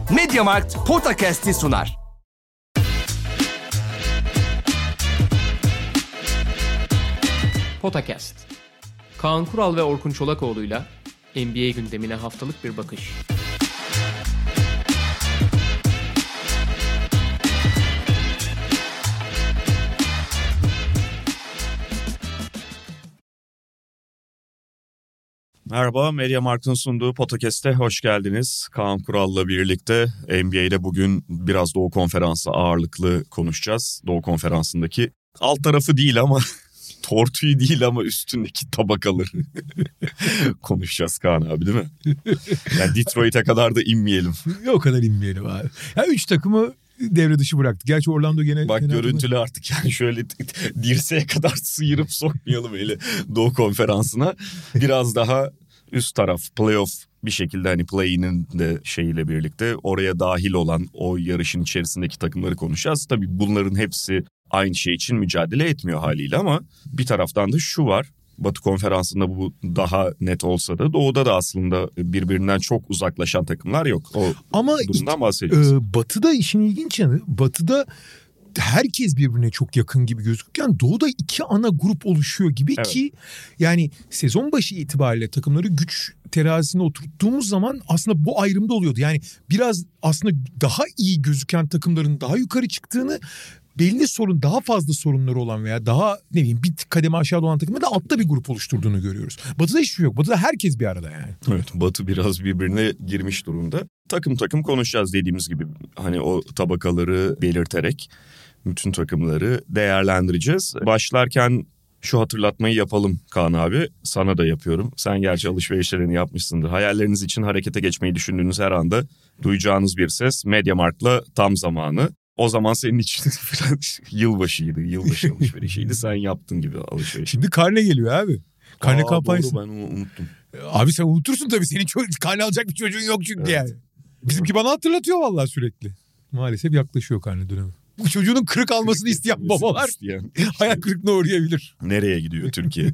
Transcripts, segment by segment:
Mediamarkt Podcast'i sunar. Podcast. Kaan Kural ve Orkun Çolakoğlu'yla NBA gündemine haftalık bir bakış. Merhaba, Mediamarkt'ın sunduğu Podcast'e hoş geldiniz. Kaan Kural'la birlikte NBA'de bugün biraz Doğu Konferansı ağırlıklı konuşacağız. Doğu Konferansı'ndaki alt tarafı değil ama tortuyu değil ama üstündeki tabakaları konuşacağız Kaan abi, değil mi? Yani Detroit'e kadar da inmeyelim. O kadar inmeyelim abi. Ya 3 takımı devre dışı bıraktık. Gerçi Orlando gene... Bak görüntülü artık yani şöyle dirseğe kadar sıyırıp sokmayalım öyle Doğu Konferansı'na. Biraz daha üst taraf playoff bir şekilde hani play-in'in de şeyiyle birlikte oraya dahil olan o yarışın içerisindeki takımları konuşacağız. Tabii bunların hepsi aynı şey için mücadele etmiyor haliyle ama bir taraftan da şu var. Batı Konferansı'nda bu daha net olsa da Doğu'da da aslında birbirinden çok uzaklaşan takımlar yok. O ama durumdan bahsedeceğiz. Batı'da işin ilginç yanı, Batı'da herkes birbirine çok yakın gibi gözükürken Doğu'da 2 ana grup oluşuyor gibi, evet. Ki yani sezon başı itibariyle takımları güç terazisine oturttuğumuz zaman aslında bu ayrımda oluyordu. Yani biraz aslında daha iyi gözüken takımların daha yukarı çıktığını, belli daha fazla sorunları olan veya daha ne bileyim bir kademe aşağıda olan takımda da altta bir grup oluşturduğunu görüyoruz. Batı'da hiçbir şey yok. Batı'da herkes bir arada yani. Evet, Batı biraz birbirine girmiş durumda. Takım takım konuşacağız dediğimiz gibi. Hani o tabakaları belirterek bütün takımları değerlendireceğiz. Başlarken şu hatırlatmayı yapalım Kaan abi. Sana da yapıyorum. Sen gerçi alışverişlerini yapmışsındır. Hayalleriniz için harekete geçmeyi düşündüğünüz her anda duyacağınız bir ses. Mediamarkt'la tam zamanı. O zaman senin için yılbaşıydı. Yılbaşı alışverişiydi. Sen yaptın gibi alışveriş. Şimdi karne geliyor abi. Karne kampanyası. Doğru, ben onu unuttum. Abi sen unutursun tabii. Senin karne alacak bir çocuğun yok çünkü, evet. Yani. Bizimki bana hatırlatıyor vallahi sürekli. Maalesef yaklaşıyor karne dönemi. Bu çocuğunun kırık almasını isteyen babalar hayal kırıklığına uğrayabilir. Nereye gidiyor Türkiye?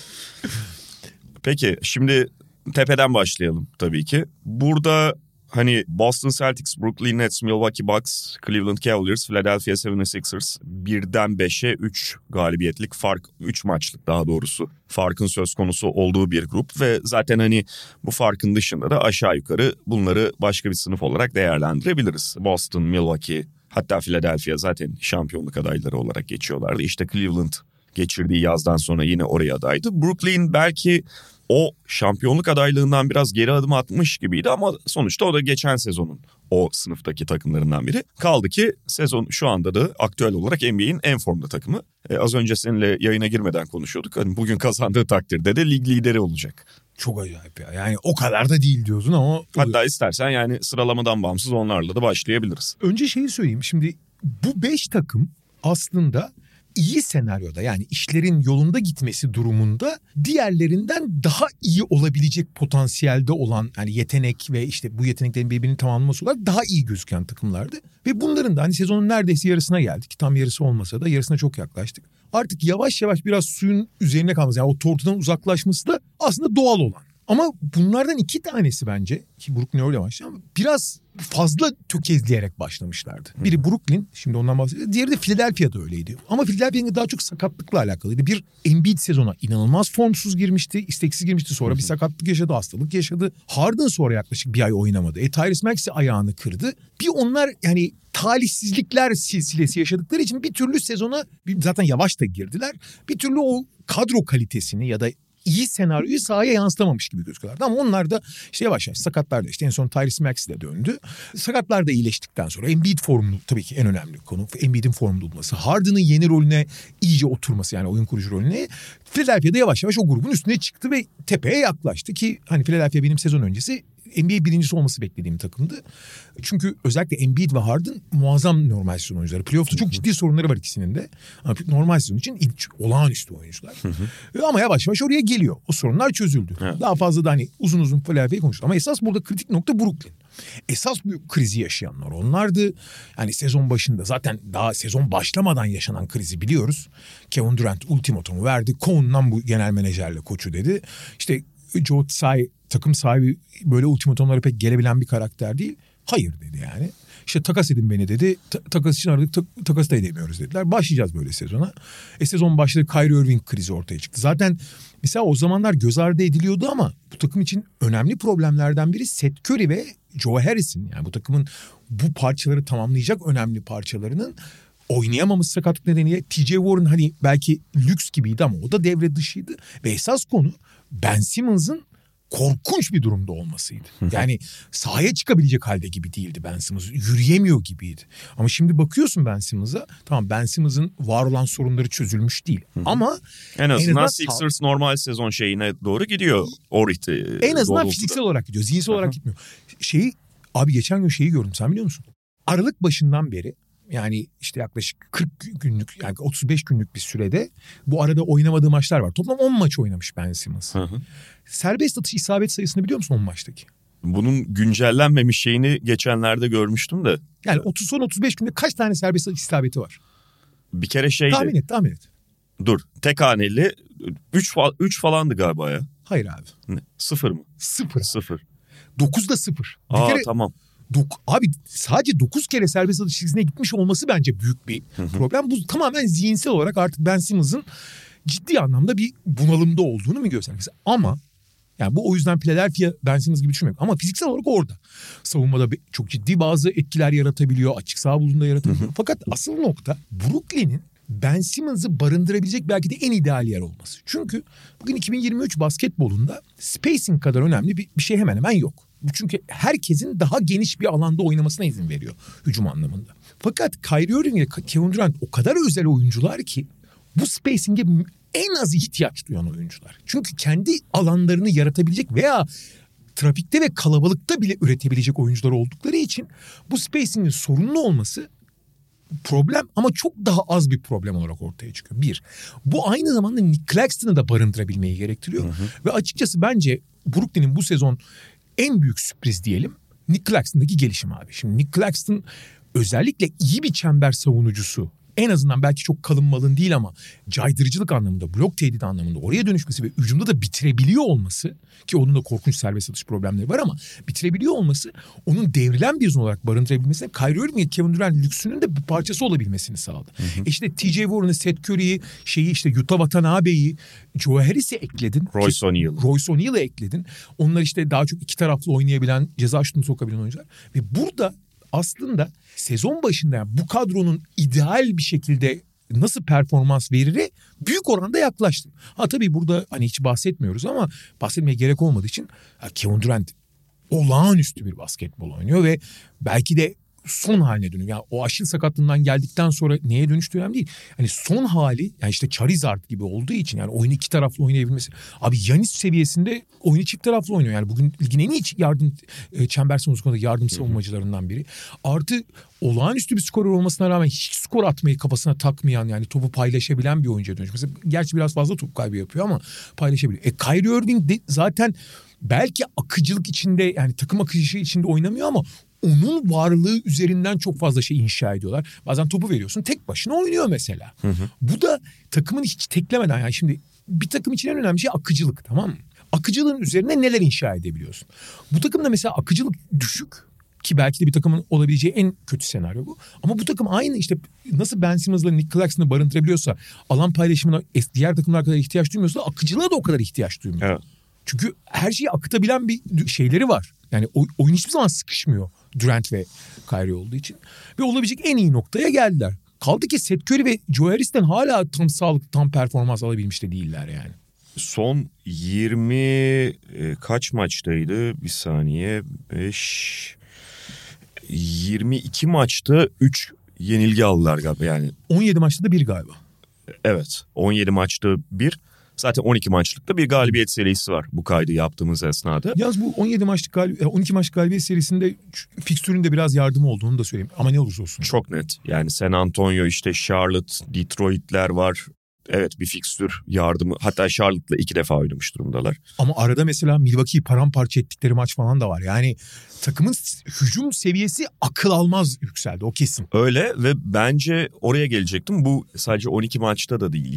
Peki şimdi tepeden başlayalım tabii ki. Burada hani Boston Celtics, Brooklyn Nets, Milwaukee Bucks, Cleveland Cavaliers, Philadelphia 76ers 1'den 5'e 3 galibiyetlik fark, 3 maçlık daha doğrusu farkın söz konusu olduğu bir grup ve zaten hani bu farkın dışında da aşağı yukarı bunları başka bir sınıf olarak değerlendirebiliriz. Boston, Milwaukee, hatta Philadelphia zaten şampiyonluk adayları olarak geçiyorlardı. İşte Cleveland geçirdiği yazdan sonra yine oraya adaydı. Brooklyn belki o şampiyonluk adaylığından biraz geri adım atmış gibiydi ama sonuçta o da geçen sezonun o sınıftaki takımlarından biri. Kaldı ki sezon şu anda da aktüel olarak NBA'in en formda takımı. Az önce seninle yayına girmeden konuşuyorduk. Hani bugün kazandığı takdirde de lig lideri olacak. Çok acayip ya. Yani o kadar da değil diyorsun ama... Hatta istersen yani sıralamadan bağımsız onlarla da başlayabiliriz. Önce şeyi söyleyeyim. Şimdi bu 5 takım aslında iyi senaryoda, yani işlerin yolunda gitmesi durumunda diğerlerinden daha iyi olabilecek potansiyelde olan, yani yetenek ve işte bu yeteneklerin birbirini tamamlaması olarak daha iyi gözüken takımlardı. Ve bunların da hani sezonun neredeyse yarısına geldik. Tam yarısı olmasa da yarısına çok yaklaştık. Artık yavaş yavaş biraz suyun üzerine kalması, yani o tortudan uzaklaşması da aslında doğal olan. Ama bunlardan 2 tanesi bence, ki Brooklyn öyle başladı, biraz fazla tökezleyerek başlamışlardı. Biri Brooklyn, şimdi ondan bahsediyoruz. Diğeri de Philadelphia'da öyleydi. Ama Philadelphia'nın daha çok sakatlıkla alakalıydı. Bir, Embiid sezona inanılmaz formsuz girmişti, isteksiz girmişti. Sonra bir sakatlık yaşadı, hastalık yaşadı. Harden sonra yaklaşık bir ay oynamadı. Tyrese Maxey ayağını kırdı. Bir onlar yani talihsizlikler silsilesi yaşadıkları için bir türlü sezona, zaten yavaş da girdiler, bir türlü o kadro kalitesini ya da iyi senaryoyu sahaya yansıtamamış gibi gözüküyorlardı. Ama onlar da işte yavaş yavaş sakatlar da, işte en son Tyrese Maxey de döndü. Sakatlar da iyileştikten sonra Embiid formu tabii ki en önemli konu. Embiid'in formda olması, Harden'ın yeni rolüne iyice oturması, yani oyun kurucu rolüne. Philadelphia'da yavaş yavaş o grubun üstüne çıktı ve tepeye yaklaştı ki hani Philadelphia benim sezon öncesi NBA birincisi olması beklediğim takımdı. Çünkü özellikle Embiid ve Harden muazzam normal sezon oyuncuları. Playoff'ta çok ciddi sorunları var ikisinin de. Ama normal sezon için olağanüstü oyuncular. Ama yavaş yavaş oraya geliyor. O sorunlar çözüldü. Daha fazla da hani uzun uzun Philadelphia'yı konuştuk. Ama esas burada kritik nokta Brooklyn. Esas büyük krizi yaşayanlar onlardı. Yani sezon başında zaten daha sezon başlamadan yaşanan krizi biliyoruz. Kevin Durant ultimatomu verdi. Kovundan bu genel menajerle koçu dedi. İşte Joe Tsai takım sahibi böyle ultimatomlara pek gelebilen bir karakter değil. Hayır dedi yani. İşte takas edin beni dedi. Takas için aradık, takas da edemiyoruz dediler. Başlayacağız böyle sezona. Sezon başladı, Kyrie Irving krizi ortaya çıktı. Zaten mesela o zamanlar göz ardı ediliyordu ama bu takım için önemli problemlerden biri Seth Curry ve Joe Harris'in. Yani bu takımın bu parçaları tamamlayacak önemli parçalarının oynayamaması sakatlık nedeniyle. TJ Warren hani belki lüks gibiydi ama o da devre dışıydı. Ve esas konu Ben Simmons'ın korkunç bir durumda olmasıydı. Yani sahaya çıkabilecek halde gibi değildi Ben Simmons. Yürüyemiyor gibiydi. Ama şimdi bakıyorsun Ben Simmons'a. Tamam, Ben Simmons'ın var olan sorunları çözülmüş değil. Ama en azından Sixers normal sezon şeyine doğru gidiyor. En azından fiziksel olarak gidiyor. Zihinsel olarak gitmiyor. Abi geçen gün şeyi gördüm, sen biliyor musun? Aralık başından beri, yani işte yaklaşık 40 günlük yani 35 günlük bir sürede bu arada oynamadığı maçlar var. Toplam 10 maç oynamış Ben Simmons. Serbest atış isabet sayısını biliyor musun 10 maçtaki? Bunun güncellenmemiş şeyini geçenlerde görmüştüm de. Yani son 35 günde kaç tane serbest atış isabeti var? Bir kere şeydi. Tahmin et. Dur, tek haneli 3 falandı galiba ya. Hayır abi. Ne? 0 mı? 0. 9'da 0. Tamam. Abi sadece 9 kere serbest atış çizgisine gitmiş olması bence büyük bir problem. Bu tamamen zihinsel olarak artık Ben Simmons'ın ciddi anlamda bir bunalımda olduğunu mu göstergesi? Ama yani bu o yüzden Philadelphia Ben Simmons gibi düşünmüyorum. Ama fiziksel olarak orada. Savunmada çok ciddi bazı etkiler yaratabiliyor. Açık saha bulduğunda yaratabiliyor. Fakat asıl nokta Brooklyn'in Ben Simmons'ı barındırabilecek belki de en ideal yer olması. Çünkü bugün 2023 basketbolunda spacing kadar önemli bir şey hemen hemen yok. Çünkü herkesin daha geniş bir alanda oynamasına izin veriyor hücum anlamında. Fakat Kyrie Irving ile Kevin Durant o kadar özel oyuncular ki bu spacing'e en az ihtiyaç duyan oyuncular. Çünkü kendi alanlarını yaratabilecek veya trafikte ve kalabalıkta bile üretebilecek oyuncular oldukları için bu spacing'in sorunlu olması problem ama çok daha az bir problem olarak ortaya çıkıyor. Bir, bu aynı zamanda Nick Claxton'ı da barındırabilmeyi gerektiriyor. Ve açıkçası bence Brooklyn'in bu sezon en büyük sürpriz diyelim Nick Claxton'daki gelişim abi. Şimdi Nick Claxton özellikle iyi bir çember savunucusu. En azından belki çok kalın malın değil ama caydırıcılık anlamında, blok tehdidi anlamında oraya dönüşmesi ve hücumda da bitirebiliyor olması, ki onun da korkunç serbest atış problemleri var ama bitirebiliyor olması onun devrilen bir zon olarak barındırabilmesine, Kyrie Irving, Kevin Durant lüksünün de bir parçası olabilmesini sağladı. İşte TJ Warren'ı, Seth Curry'yi, işte Yuta Watanabe'yi, Joe Harris'i ekledin. Royce O'Neal'ı ekledin. Onlar işte daha çok iki taraflı oynayabilen, ceza şutunu sokabilen oyuncular. Ve burada aslında sezon başında yani bu kadronun ideal bir şekilde nasıl performans veriri büyük oranda yaklaştım. Tabii burada hani hiç bahsetmiyoruz ama bahsetmeye gerek olmadığı için Kevin Durant olağanüstü bir basketbol oynuyor ve belki de son haline dönüyor. Yani o Aşil sakatlığından geldikten sonra neye dönüştüğü önemli değil. Hani son hali yani işte Charizard gibi olduğu için yani oyunu iki taraflı oynayabilmesi. Abi Giannis seviyesinde oyunu çift taraflı oynuyor. Yani bugün ligin en iyi çember savunucusu konusunda yardım savunmacılarından biri. Artı olağanüstü bir skorer olmasına rağmen hiç skor atmayı kafasına takmayan yani topu paylaşabilen bir oyuncuya dönüş. Mesela gerçi biraz fazla top kaybı yapıyor ama paylaşabiliyor. Kyrie Irving de zaten belki akıcılık içinde yani takım akıcı içinde oynamıyor ama onun varlığı üzerinden çok fazla şey inşa ediyorlar. Bazen topu veriyorsun tek başına oynuyor mesela. Bu da takımın hiç teklemeden yani şimdi bir takım için en önemli şey akıcılık, tamam mı? Akıcılığın üzerine neler inşa edebiliyorsun? Bu takımda mesela akıcılık düşük ki belki de bir takımın olabileceği en kötü senaryo bu. Ama bu takım aynı işte nasıl Ben Simmons'la Nick Claxton'ı barındırabiliyorsa alan paylaşımına diğer takımlar kadar ihtiyaç duymuyorsa akıcılığa da o kadar ihtiyaç duymuyor. Evet. Çünkü her şeyi akıtabilen bir şeyleri var. Yani oyun hiçbir zaman sıkışmıyor Durant ve Kyrie olduğu için. Ve olabilecek en iyi noktaya geldiler. Kaldı ki Seth Curry ve Joe Harris'ten hala tam sağlıklı, tam performans alabilmiş de değiller yani. Son 20 kaç maçtaydı? Bir saniye. 22 maçta 3 yenilgi aldılar galiba yani. 17 maçta da 1 galiba. Evet. 17 maçta 1. Zaten 12 maçlıkta bir galibiyet serisi var bu kaydı yaptığımız esnada. Yalnız bu 12 maçlık galibiyet serisinde fikstürün de biraz yardımı olduğunu da söyleyeyim. Ama ne olursa olsun. Çok net. Yani San Antonio, işte Charlotte, Detroit'ler var. Evet, bir fikstür yardımı. Hatta Charlotte'la 2 defa oynamış durumdalar. Ama arada mesela Milwaukee'yi paramparça ettikleri maç falan da var. Yani takımın hücum seviyesi akıl almaz yükseldi, o kesin. Öyle ve bence oraya gelecektim. Bu sadece 12 maçta da değil.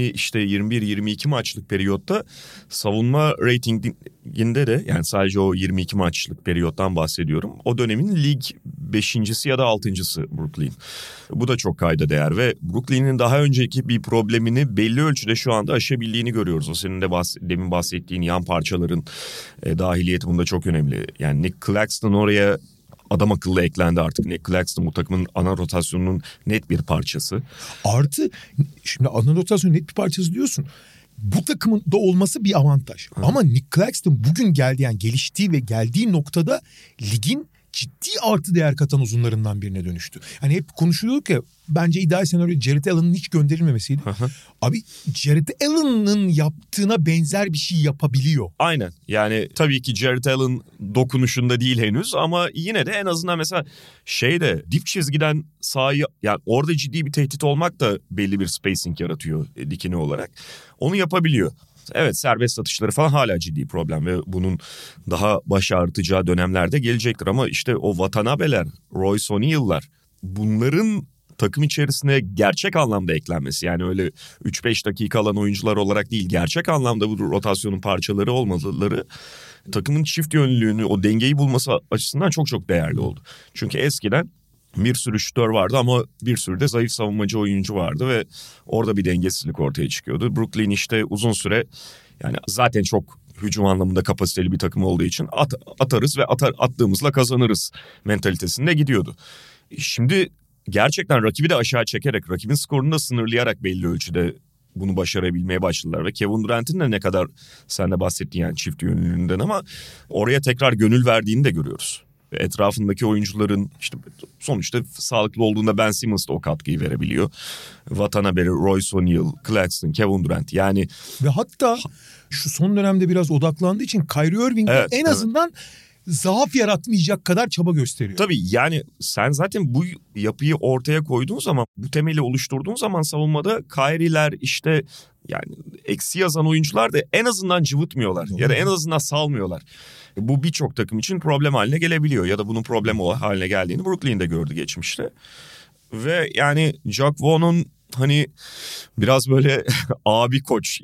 21-22 maçlık periyotta savunma reytinginde de, yani sadece o 22 maçlık periyottan bahsediyorum. O dönemin lig 5.'si ya da 6.'sı Brooklyn. Bu da çok kayda değer ve Brooklyn'in daha önceki bir problemini belli ölçüde şu anda aşabildiğini görüyoruz. O senin de demin bahsettiğin yan parçaların dahiliyeti bunda çok önemli. Yani Nick Claxton oraya adam akıllı eklendi artık. Nick Claxton bu takımın ana rotasyonunun net bir parçası. Artı şimdi ana rotasyonun net bir parçası diyorsun. Bu takımın da olması bir avantaj. Hı. Ama Nick Claxton bugün geldi, yani geliştiği ve geldiği noktada ligin ciddi artı değer katan uzunlarından birine dönüştü. Hani hep konuşuyorduk ya, bence ideal senaryo Jarrett Allen'ın hiç gönderilmemesiydi. Abi Jarrett Allen'ın yaptığına benzer bir şey yapabiliyor. Aynen. Yani tabii ki Jarrett Allen dokunuşunda değil henüz ama yine de en azından mesela dip çizgiden sahayı, yani orada ciddi bir tehdit olmak da belli bir spacing yaratıyor dikini olarak. Onu yapabiliyor. Evet, serbest atışları falan hala ciddi problem ve bunun daha baş ağrıtacağı dönemlerde gelecektir. Ama işte o Watanabe'ler, Royce O'Neal'lar, bunların takım içerisine gerçek anlamda eklenmesi, yani öyle 3-5 dakika alan oyuncular olarak değil, gerçek anlamda bu rotasyonun parçaları olmaları takımın çift yönlülüğünü, o dengeyi bulması açısından çok çok değerli oldu. Çünkü eskiden bir sürü şütör vardı ama bir sürü de zayıf savunmacı oyuncu vardı ve orada bir dengesizlik ortaya çıkıyordu. Brooklyn işte uzun süre, yani zaten çok hücum anlamında kapasiteli bir takım olduğu için atarız ve attığımızla kazanırız mentalitesinde gidiyordu. Şimdi gerçekten rakibi de aşağı çekerek, rakibin skorunu da sınırlayarak belli ölçüde bunu başarabilmeye başladılar. Ve Kevin Durant'in de ne kadar, sen de bahsettin yani çift yönlülüğünden, ama oraya tekrar gönül verdiğini de görüyoruz. Ve etrafındaki oyuncuların işte sonuçta sağlıklı olduğunda Ben Simmons da o katkıyı verebiliyor. Watanabe, Royce O'Neal, Claxton, Kevin Durant, yani. Ve hatta şu son dönemde biraz odaklandığı için Kyrie Irving en azından zaaf yaratmayacak kadar çaba gösteriyor. Tabii yani sen zaten bu yapıyı ortaya koyduğun zaman, bu temeli oluşturduğun zaman savunmada Kyrie'ler işte, yani eksi yazan oyuncular da en azından cıvıtmıyorlar. Ya da en azından salmıyorlar. Bu birçok takım için problem haline gelebiliyor. Ya da bunun problem haline geldiğini Brooklyn'de gördü geçmişte. Ve yani Jacque Vaughn'un hani biraz böyle abi koç,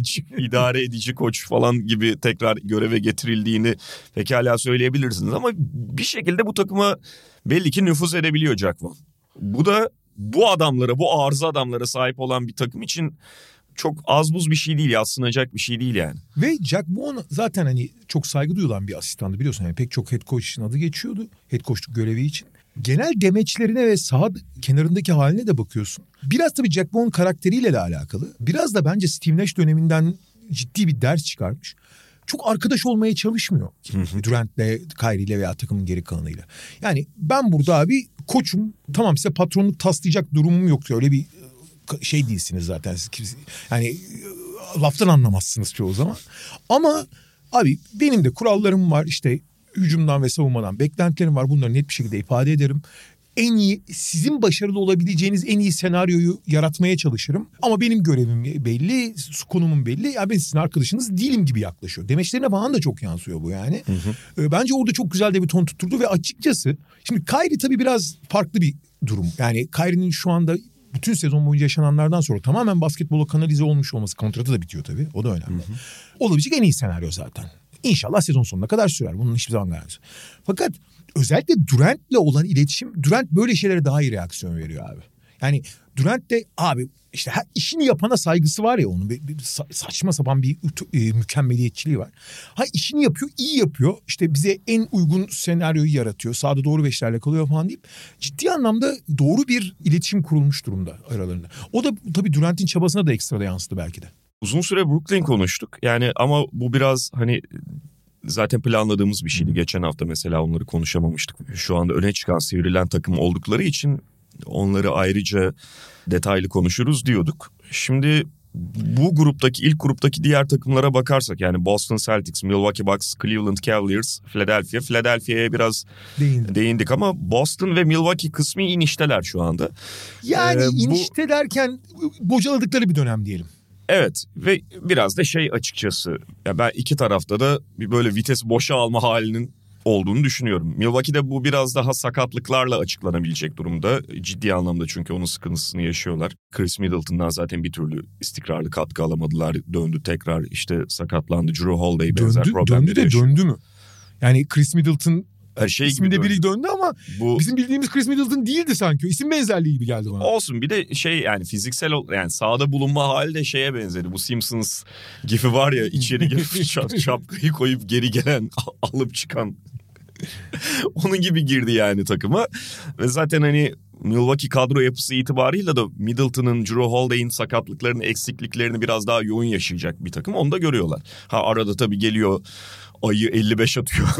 idare edici koç falan gibi tekrar göreve getirildiğini pekala söyleyebilirsiniz. Ama bir şekilde bu takıma belli ki nüfuz edebiliyor Jacque Vaughn. Bu da bu adamlara, bu arıza adamlara sahip olan bir takım için çok az buz bir şey değil, yadsınacak bir şey değil yani. Ve Jacque Vaughn zaten hani çok saygı duyulan bir asistandı, biliyorsun. Yani pek çok head coach'ın adı geçiyordu head coachluk görevi için. Genel demeçlerine ve saha kenarındaki haline de bakıyorsun. Biraz tabii Jacque Vaughn karakteriyle de alakalı. Biraz da bence Steve Nash döneminden ciddi bir ders çıkarmış. Çok arkadaş olmaya çalışmıyor. Durant'le, Kyrie'yle veya takımın geri kalanıyla. Yani ben burada abi koçum, tamam size patronluk taslayacak durumum yok. Öyle bir şey değilsiniz zaten. Yani laftan anlamazsınız çoğu zaman. Ama abi benim de kurallarım var, işte hücumdan ve savunmadan beklentilerim var. Bunları net bir şekilde ifade ederim. En iyi, sizin başarılı olabileceğiniz en iyi senaryoyu yaratmaya çalışırım. Ama benim görevim belli, konumum belli. Ya ben sizin arkadaşınız değilim gibi yaklaşıyor. Demeçlerine falan da çok yansıyor bu yani. Bence orada çok güzel de bir ton tutturdu ve açıkçası şimdi Kyrie tabii biraz farklı bir durum. Yani Kyrie'nin şu anda bütün sezon boyunca yaşananlardan sonra tamamen basketbola kanalize olmuş olması, kontratı da bitiyor tabii. O da önemli. Olabilecek en iyi senaryo zaten. İnşallah sezon sonuna kadar sürer. Bunun hiçbir zaman garantisi. Fakat özellikle Durant'le olan iletişim, Durant böyle şeylere daha iyi reaksiyon veriyor abi. Yani Durant de abi işte işini yapana saygısı var ya onun. Bir saçma sapan bir mükemmeliyetçiliği var. İşini yapıyor, iyi yapıyor. İşte bize en uygun senaryoyu yaratıyor. Sahada doğru beşlerle kalıyor falan deyip ciddi anlamda doğru bir iletişim kurulmuş durumda aralarında. O da tabii Durant'in çabasına da ekstra yansıdı belki de. Uzun süre Brooklyn konuştuk. Yani ama bu biraz hani zaten planladığımız bir şeydi. Geçen hafta mesela onları konuşamamıştık. Şu anda öne çıkan, sivrilen takım oldukları için onları ayrıca detaylı konuşuruz diyorduk. Şimdi bu gruptaki ilk gruptaki diğer takımlara bakarsak yani Boston Celtics, Milwaukee Bucks, Cleveland Cavaliers, Philadelphia'ya biraz değindik ama Boston ve Milwaukee kısmi inişteler şu anda. Yani inişte derken bocaladıkları bir dönem diyelim. Evet ve biraz da açıkçası ya ben iki tarafta da bir böyle vites boşa alma halinin olduğunu düşünüyorum. Milwaukee'de bu biraz daha sakatlıklarla açıklanabilecek durumda. Ciddi anlamda çünkü onun sıkıntısını yaşıyorlar. Chris Middleton'dan zaten bir türlü istikrarlı katkı alamadılar. Döndü tekrar sakatlandı. Drew Holiday benzer problemleri yaşıyor. Döndü mü? Yani Chris Middleton isminde biri döndü ama bizim bildiğimiz Chris Middleton değildi sanki. İsim benzerliği gibi geldi bana. Olsun bir de yani fiziksel yani sahada bulunma hali de benzedi. Bu Simpsons gifi var ya içeri girip şapkayı koyup geri gelen alıp çıkan. Onun gibi girdi yani takıma. Ve zaten Milwaukee kadro yapısı itibarıyla da Middleton'ın, Drew Holiday'in sakatlıklarını, eksikliklerini biraz daha yoğun yaşayacak bir takım. Onu da görüyorlar. Arada tabii geliyor ayı 55 atıyor.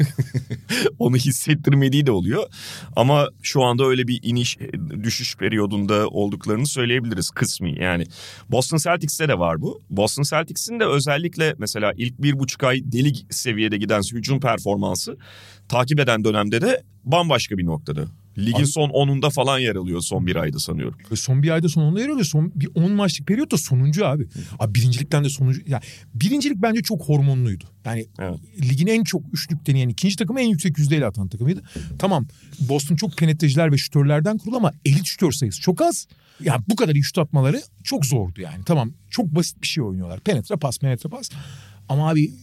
Onu hissettirmediği de oluyor. Ama şu anda öyle bir düşüş periyodunda olduklarını söyleyebiliriz kısmi. Yani Boston Celtics'te de var bu. Boston Celtics'in de özellikle mesela ilk 1,5 ay deli seviyede giden hücum performansı takip eden dönemde de bambaşka bir noktada. Ligin son 10'unda falan yer alıyor son bir ayda sanıyorum. Son bir ayda son 10'da yer alıyor. Son bir 10 maçlık periyotta sonuncu abi. Abi birincilikten de sonuncu. Yani birincilik bence çok hormonluydu. Yani evet. Ligin en çok üçlük deneyen ikinci takımı en yüksek yüzdeyle atan takımıydı. Tamam Boston çok penetreciler ve şütörlerden kurulu ama elit şütör sayısı çok az. Ya bu kadar iyi şut atmaları çok zordu yani. Tamam çok basit bir şey oynuyorlar. Penetre pas. Ama abi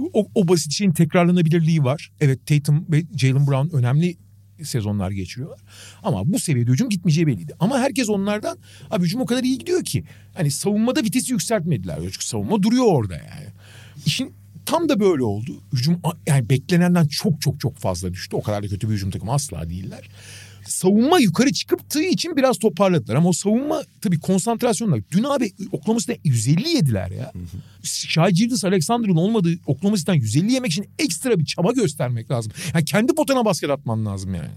o basit şeyin tekrarlanabilirliği var. Evet Tatum ve Jaylen Brown önemli sezonlar geçiriyorlar. Ama bu seviyede hücum gitmeyeceği belliydi. Ama herkes onlardan abi hücum o kadar iyi gidiyor ki. Hani savunmada vitesi yükseltmediler. Çünkü savunma duruyor orada yani. İşin tam da böyle oldu. Hücum yani beklenenden çok fazla düştü. O kadar da kötü bir hücum takımı asla değiller. Savunma yukarı çıktığı için biraz toparladılar. Ama o savunma tabii konsantrasyonla. Dün abi Oklahoma City'den 150 yediler ya. Shai Gilgeous-Alexander'ın olmadığı Oklahoma City'den 150 yemek için ekstra bir çaba göstermek lazım. Yani kendi potana basket atman lazım yani.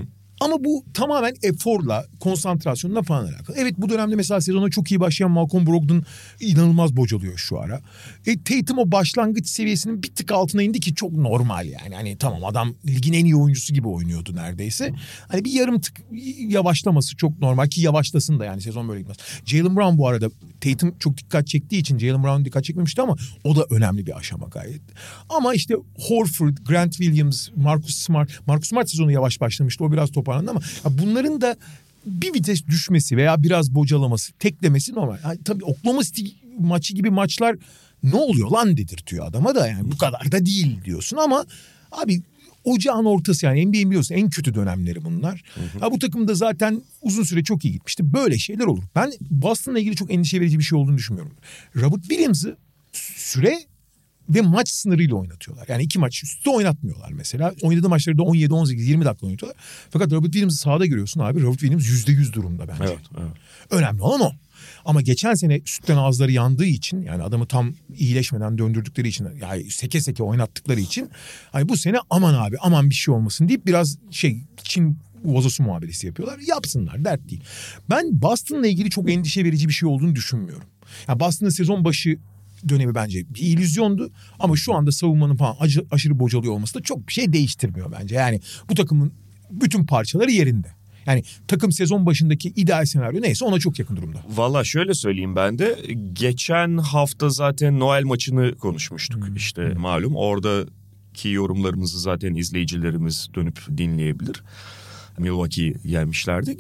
Ama bu tamamen eforla, konsantrasyonla falan alakalı. Evet bu dönemde mesela sezona çok iyi başlayan Malcolm Brogdon inanılmaz bocalıyor şu ara. Tatum o başlangıç seviyesinin bir tık altına indi ki çok normal yani. Hani tamam adam ligin en iyi oyuncusu gibi oynuyordu neredeyse. Hani bir yarım tık yavaşlaması çok normal ki yavaşlasın da yani sezon böyle gitmez. Jaylen Brown bu arada Tatum çok dikkat çektiği için Jaylen Brown dikkat çekmemişti ama o da önemli bir aşama gayet. Ama işte Horford, Grant Williams, Marcus Smart sezonu yavaş başlamıştı. O biraz toparlandı ama bunların da bir vites düşmesi veya biraz bocalaması, teklemesi normal. Yani tabii Oklahoma City maçı gibi maçlar ne oluyor lan dedirtiyor adama da yani bu kadar da değil diyorsun ama abi ocağın ortası yani NBA'in biliyorsun en kötü dönemleri bunlar. Bu takımda zaten uzun süre çok iyi gitmişti. Böyle şeyler olur. Ben Boston'la ilgili çok endişe verici bir şey olduğunu düşünmüyorum. Robert Williams'ı süre ve maç sınırıyla oynatıyorlar. Yani 2 maç üstü oynatmıyorlar mesela. Oynadığı maçları da 17, 18, 20 dakika oynatıyorlar. Fakat Robert Williams'ı sahada görüyorsun abi. Robert Williams %100 durumda bence. Evet. Önemli olan o. Ama geçen sene sütten ağızları yandığı için yani adamı tam iyileşmeden döndürdükleri için yani seke oynattıkları için hani bu sene aman bir şey olmasın deyip biraz Çin vazosu muamelesi yapıyorlar. Yapsınlar dert değil. Ben Boston'la ilgili çok endişe verici bir şey olduğunu düşünmüyorum. Yani Boston'ın sezon başı dönemi bence bir illüzyondu ama şu anda savunmanın falan aşırı bocalıyor olması da çok bir şey değiştirmiyor bence. Yani bu takımın bütün parçaları yerinde. Yani takım sezon başındaki ideal senaryo neyse ona çok yakın durumda. Valla şöyle söyleyeyim ben de. Geçen hafta zaten Noel maçını konuşmuştuk. İşte malum oradaki yorumlarımızı zaten izleyicilerimiz dönüp dinleyebilir. Milwaukee yenmişlerdi.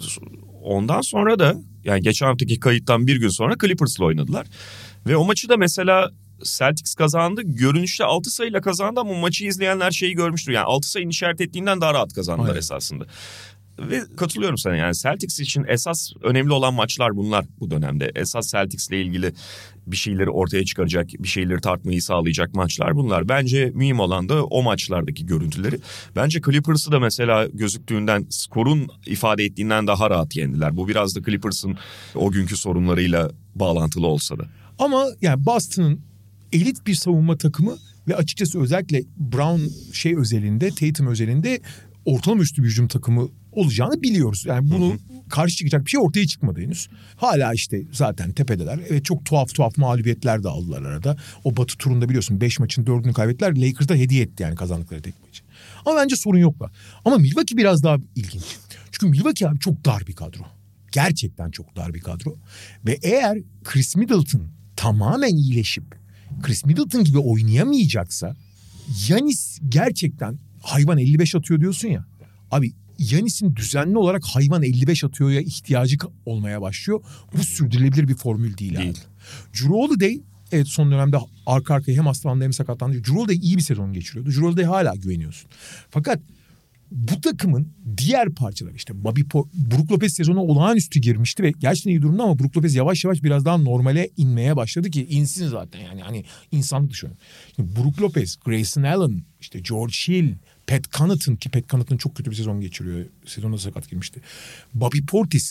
Ondan sonra da yani geçen haftaki kayıttan bir gün sonra Clippers'la oynadılar. Ve o maçı da mesela Celtics kazandı. Görünüşte 6 sayıyla kazandı ama maçı izleyenler şeyi görmüştür. Yani 6 sayının işaret ettiğinden daha rahat kazandılar Aynen. esasında. Ve katılıyorum sana yani Celtics için esas önemli olan maçlar bunlar bu dönemde. Esas Celtics'le ilgili bir şeyleri ortaya çıkaracak, bir şeyleri tartmayı sağlayacak maçlar bunlar. Bence mühim olan da o maçlardaki görüntüleri. Bence Clippers'ı da mesela gözüktüğünden, skorun ifade ettiğinden daha rahat yendiler. Bu biraz da Clippers'ın o günkü sorunlarıyla bağlantılı olsa da. Ama yani Boston'ın elit bir savunma takımı ve açıkçası özellikle Brown özelinde, Tatum özelinde ortalama üstü bir hücum takımı olacağını biliyoruz. Yani bunu karşı çıkacak bir şey ortaya çıkmadı henüz. Hala işte zaten tepedeler. Evet, çok tuhaf mağlubiyetler de aldılar arada. O Batı turunda biliyorsun 5 maçın 4'ünü kaybettiler. Lakers'da hediye etti yani kazandıkları tek maçı. Ama bence sorun yok da. Ama Milwaukee biraz daha ilginç. Çünkü Milwaukee abi çok dar bir kadro. Gerçekten çok dar bir kadro. Ve eğer Chris Middleton tamamen iyileşip Chris Middleton gibi oynayamayacaksa, Giannis gerçekten hayvan 55 atıyor diyorsun ya. Abi Giannis'in düzenli olarak hayvan 55 atıyorya ihtiyacı olmaya başlıyor. Bu sürdürülebilir bir formül değil abi. Jrue Holiday evet son dönemde arka arkaya hem hastalandı hem sakatlandı. Jrue Holiday iyi bir sezon geçiriyordu. Jrue Holiday'e hala güveniyorsun. Fakat bu takımın diğer parçaları işte Brook Lopez sezonu olağanüstü girmişti ve gerçekten iyi durumda ama Brook Lopez yavaş yavaş biraz daha normale inmeye başladı ki insin zaten yani hani insanlık dışı. Brook Lopez, Grayson Allen, işte George Hill, Pat Connaughton ki Pat Connaughton çok kötü bir sezon geçiriyor. Sezonda sakat girmişti. Bobby Portis,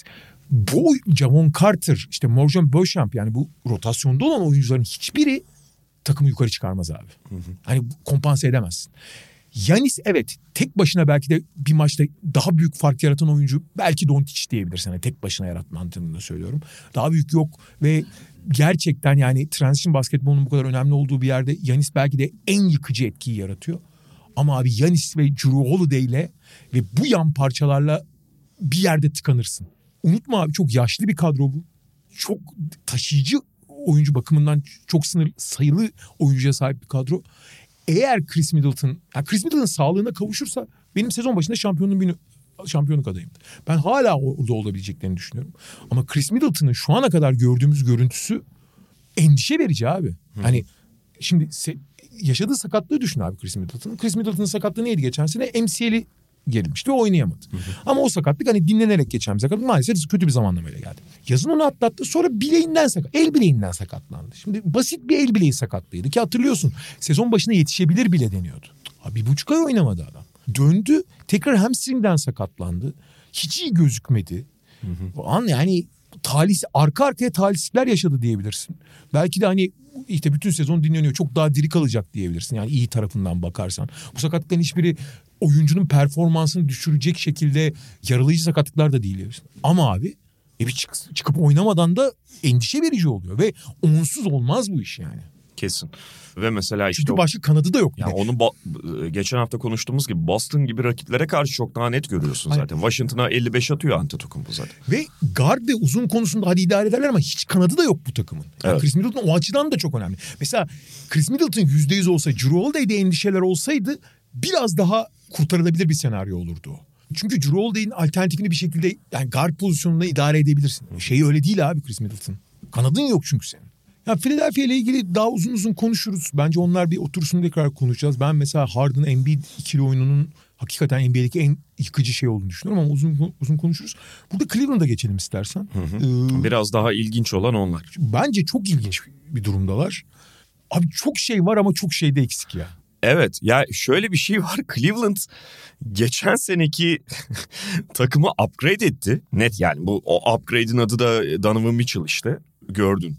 Javon Carter, işte Morgan Beauchamp yani bu rotasyonda olan oyuncuların hiçbiri takımı yukarı çıkarmaz abi. Hani kompanse edemezsin. Giannis evet tek başına belki de bir maçta daha büyük fark yaratan oyuncu belki Doncic diyebilirsin. Yani tek başına yaratma anlamında söylüyorum. Daha büyük yok ve gerçekten yani transition basketbolunun bu kadar önemli olduğu bir yerde Giannis belki de en yıkıcı etkiyi yaratıyor. Ama abi Giannis ve Jrue Holiday'le ve bu yan parçalarla bir yerde tıkanırsın. Unutma abi çok yaşlı bir kadro bu. Çok taşıyıcı oyuncu bakımından çok sayılı oyuncuya sahip bir kadro. Eğer Chris Middleton sağlığına kavuşursa benim sezon başında şampiyonluk adayımdı. Ben hala orada olabileceklerini düşünüyorum. Ama Chris Middleton'ın şu ana kadar gördüğümüz görüntüsü endişe verici abi. Hani şimdi yaşadığı sakatlığı düşün abi Chris Middleton'ın. Chris Middleton'ın sakatlığı neydi geçen sene? MCL'i gerilmişti ve oynayamadı. Ama o sakatlık hani dinlenerek geçen bir sakatlık maalesef kötü bir zamanlamayla geldi. Yazın onu atlattı sonra el bileğinden sakatlandı. Şimdi basit bir el bileği sakatlığıydı ki hatırlıyorsun sezon başına yetişebilir bile deniyordu. Abi 1,5 ay oynamadı adam. Döndü tekrar hamstringden sakatlandı. Hiç iyi gözükmedi. O an yani arka arkaya talihsizlikler yaşadı diyebilirsin. Belki de hani işte bütün sezon dinleniyor çok daha diri kalacak diyebilirsin. Yani iyi tarafından bakarsan. Bu sakatlıkların hiçbiri oyuncunun performansını düşürecek şekilde yaralayıcı sakatlıklar da değil. Ama abi çıkıp oynamadan da endişe verici oluyor ve onsuz olmaz bu iş yani. Kesin. Ve mesela işte çünkü başka kanadı da yok. Yani onu geçen hafta konuştuğumuz gibi Boston gibi rakiplere karşı çok daha net görüyorsun zaten. Washington'a 55 atıyor Antetokounmpo zaten. Ve guard ve uzun konusunda hadi idare ederler ama hiç kanadı da yok bu takımın. Yani evet. Chris Middleton o açıdan da çok önemli. Mesela Chris Middleton %100 olsa, Jrue Holiday'de endişeler olsaydı biraz daha kurtarılabilir bir senaryo olurdu o. Çünkü Jrue Holiday'in alternatifini bir şekilde yani guard pozisyonunda idare edebilirsin. Şey öyle değil abi Chris Middleton. Kanadın yok çünkü senin. Ya Philadelphia ile ilgili daha uzun konuşuruz. Bence onlar bir otursun tekrar konuşacağız. Ben mesela Harden Embiid ikili oyununun hakikaten NBA'deki en yıkıcı şey olduğunu düşünüyorum ama uzun konuşuruz. Burada Cleveland'a geçelim istersen. Biraz daha ilginç olan onlar. Bence çok ilginç bir durumdalar. Abi çok şey var ama çok şey de eksik ya. Evet ya şöyle bir şey var. Cleveland geçen seneki takımı upgrade etti. Net yani o upgrade'in adı da Donovan Mitchell işte. Gördün.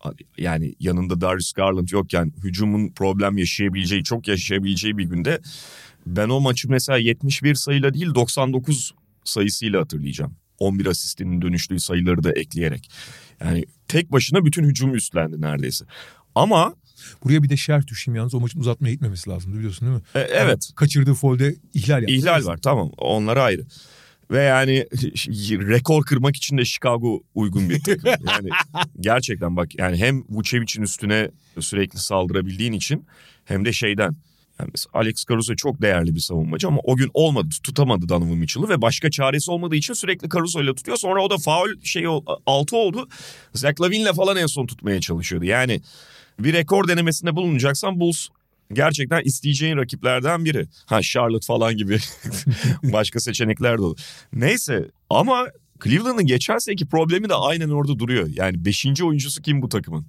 Yani yanında Darius Garland yokken hücumun problem yaşayabileceği bir günde ben o maçı mesela 71 sayıyla değil 99 sayısıyla hatırlayacağım. 11 asistinin dönüştüğü sayıları da ekleyerek. Yani tek başına bütün hücumu üstlendi neredeyse. Ama buraya bir de şerh düşeyim yalnız o maçın uzatmaya gitmemesi lazım biliyorsun değil mi? Evet. Yani kaçırdığı faulde ihlal yaptı. İhlal var tamam onlar ayrı. Ve yani rekor kırmak için de Chicago uygun bir takım. Yani gerçekten bak yani hem Vucevic'in üstüne sürekli saldırabildiğin için hem de şeyden. Yani Alex Caruso çok değerli bir savunmacı ama o gün tutamadı Donovan Mitchell'ı ve başka çaresi olmadığı için sürekli Caruso ile tutuyor. Sonra o da faul altı oldu. Zach LaVine'le falan en son tutmaya çalışıyordu. Yani bir rekor denemesinde bulunacaksan Bulls gerçekten isteyeceğin rakiplerden biri. Charlotte falan gibi başka seçenekler de olur. Neyse ama Cleveland'ın geçen seneki problemi de aynen orada duruyor. Yani 5. oyuncusu kim bu takımın?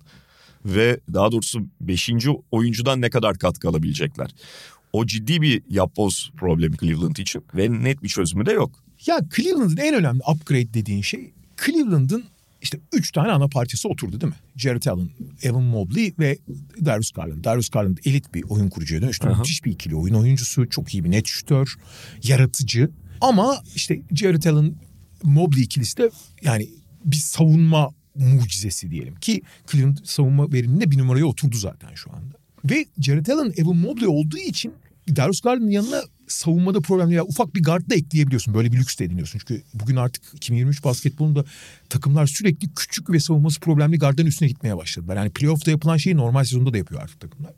Ve daha doğrusu 5. oyuncudan ne kadar katkı alabilecekler? O ciddi bir yapboz problemi Cleveland için ve net bir çözümü de yok. Ya Cleveland'ın en önemli upgrade dediğin şey Cleveland'ın işte 3 tane ana parçası oturdu değil mi? Jarrett Allen, Evan Mobley ve Darius Garland. Darius Garland elit bir oyun kurucuya dönüştü. Müthiş bir ikili oyun oyuncusu. Çok iyi bir net şütör. Yaratıcı. Ama işte Jarrett Allen, Mobley ikilisi de yani bir savunma mucizesi diyelim. Ki Cleveland savunma veriminde bir numaraya oturdu zaten şu anda. Ve Jarrett Allen, Evan Mobley olduğu için Darius Garland'ın yanına savunmada problemli ya ufak bir guard da ekleyebiliyorsun. Böyle bir lüks de ediniyorsun. Çünkü bugün artık 2023 basketbolunda takımlar sürekli küçük ve savunması problemli guardların üstüne gitmeye başladılar. Yani playoff'ta yapılan şeyi normal sezonda da yapıyor artık takımlar.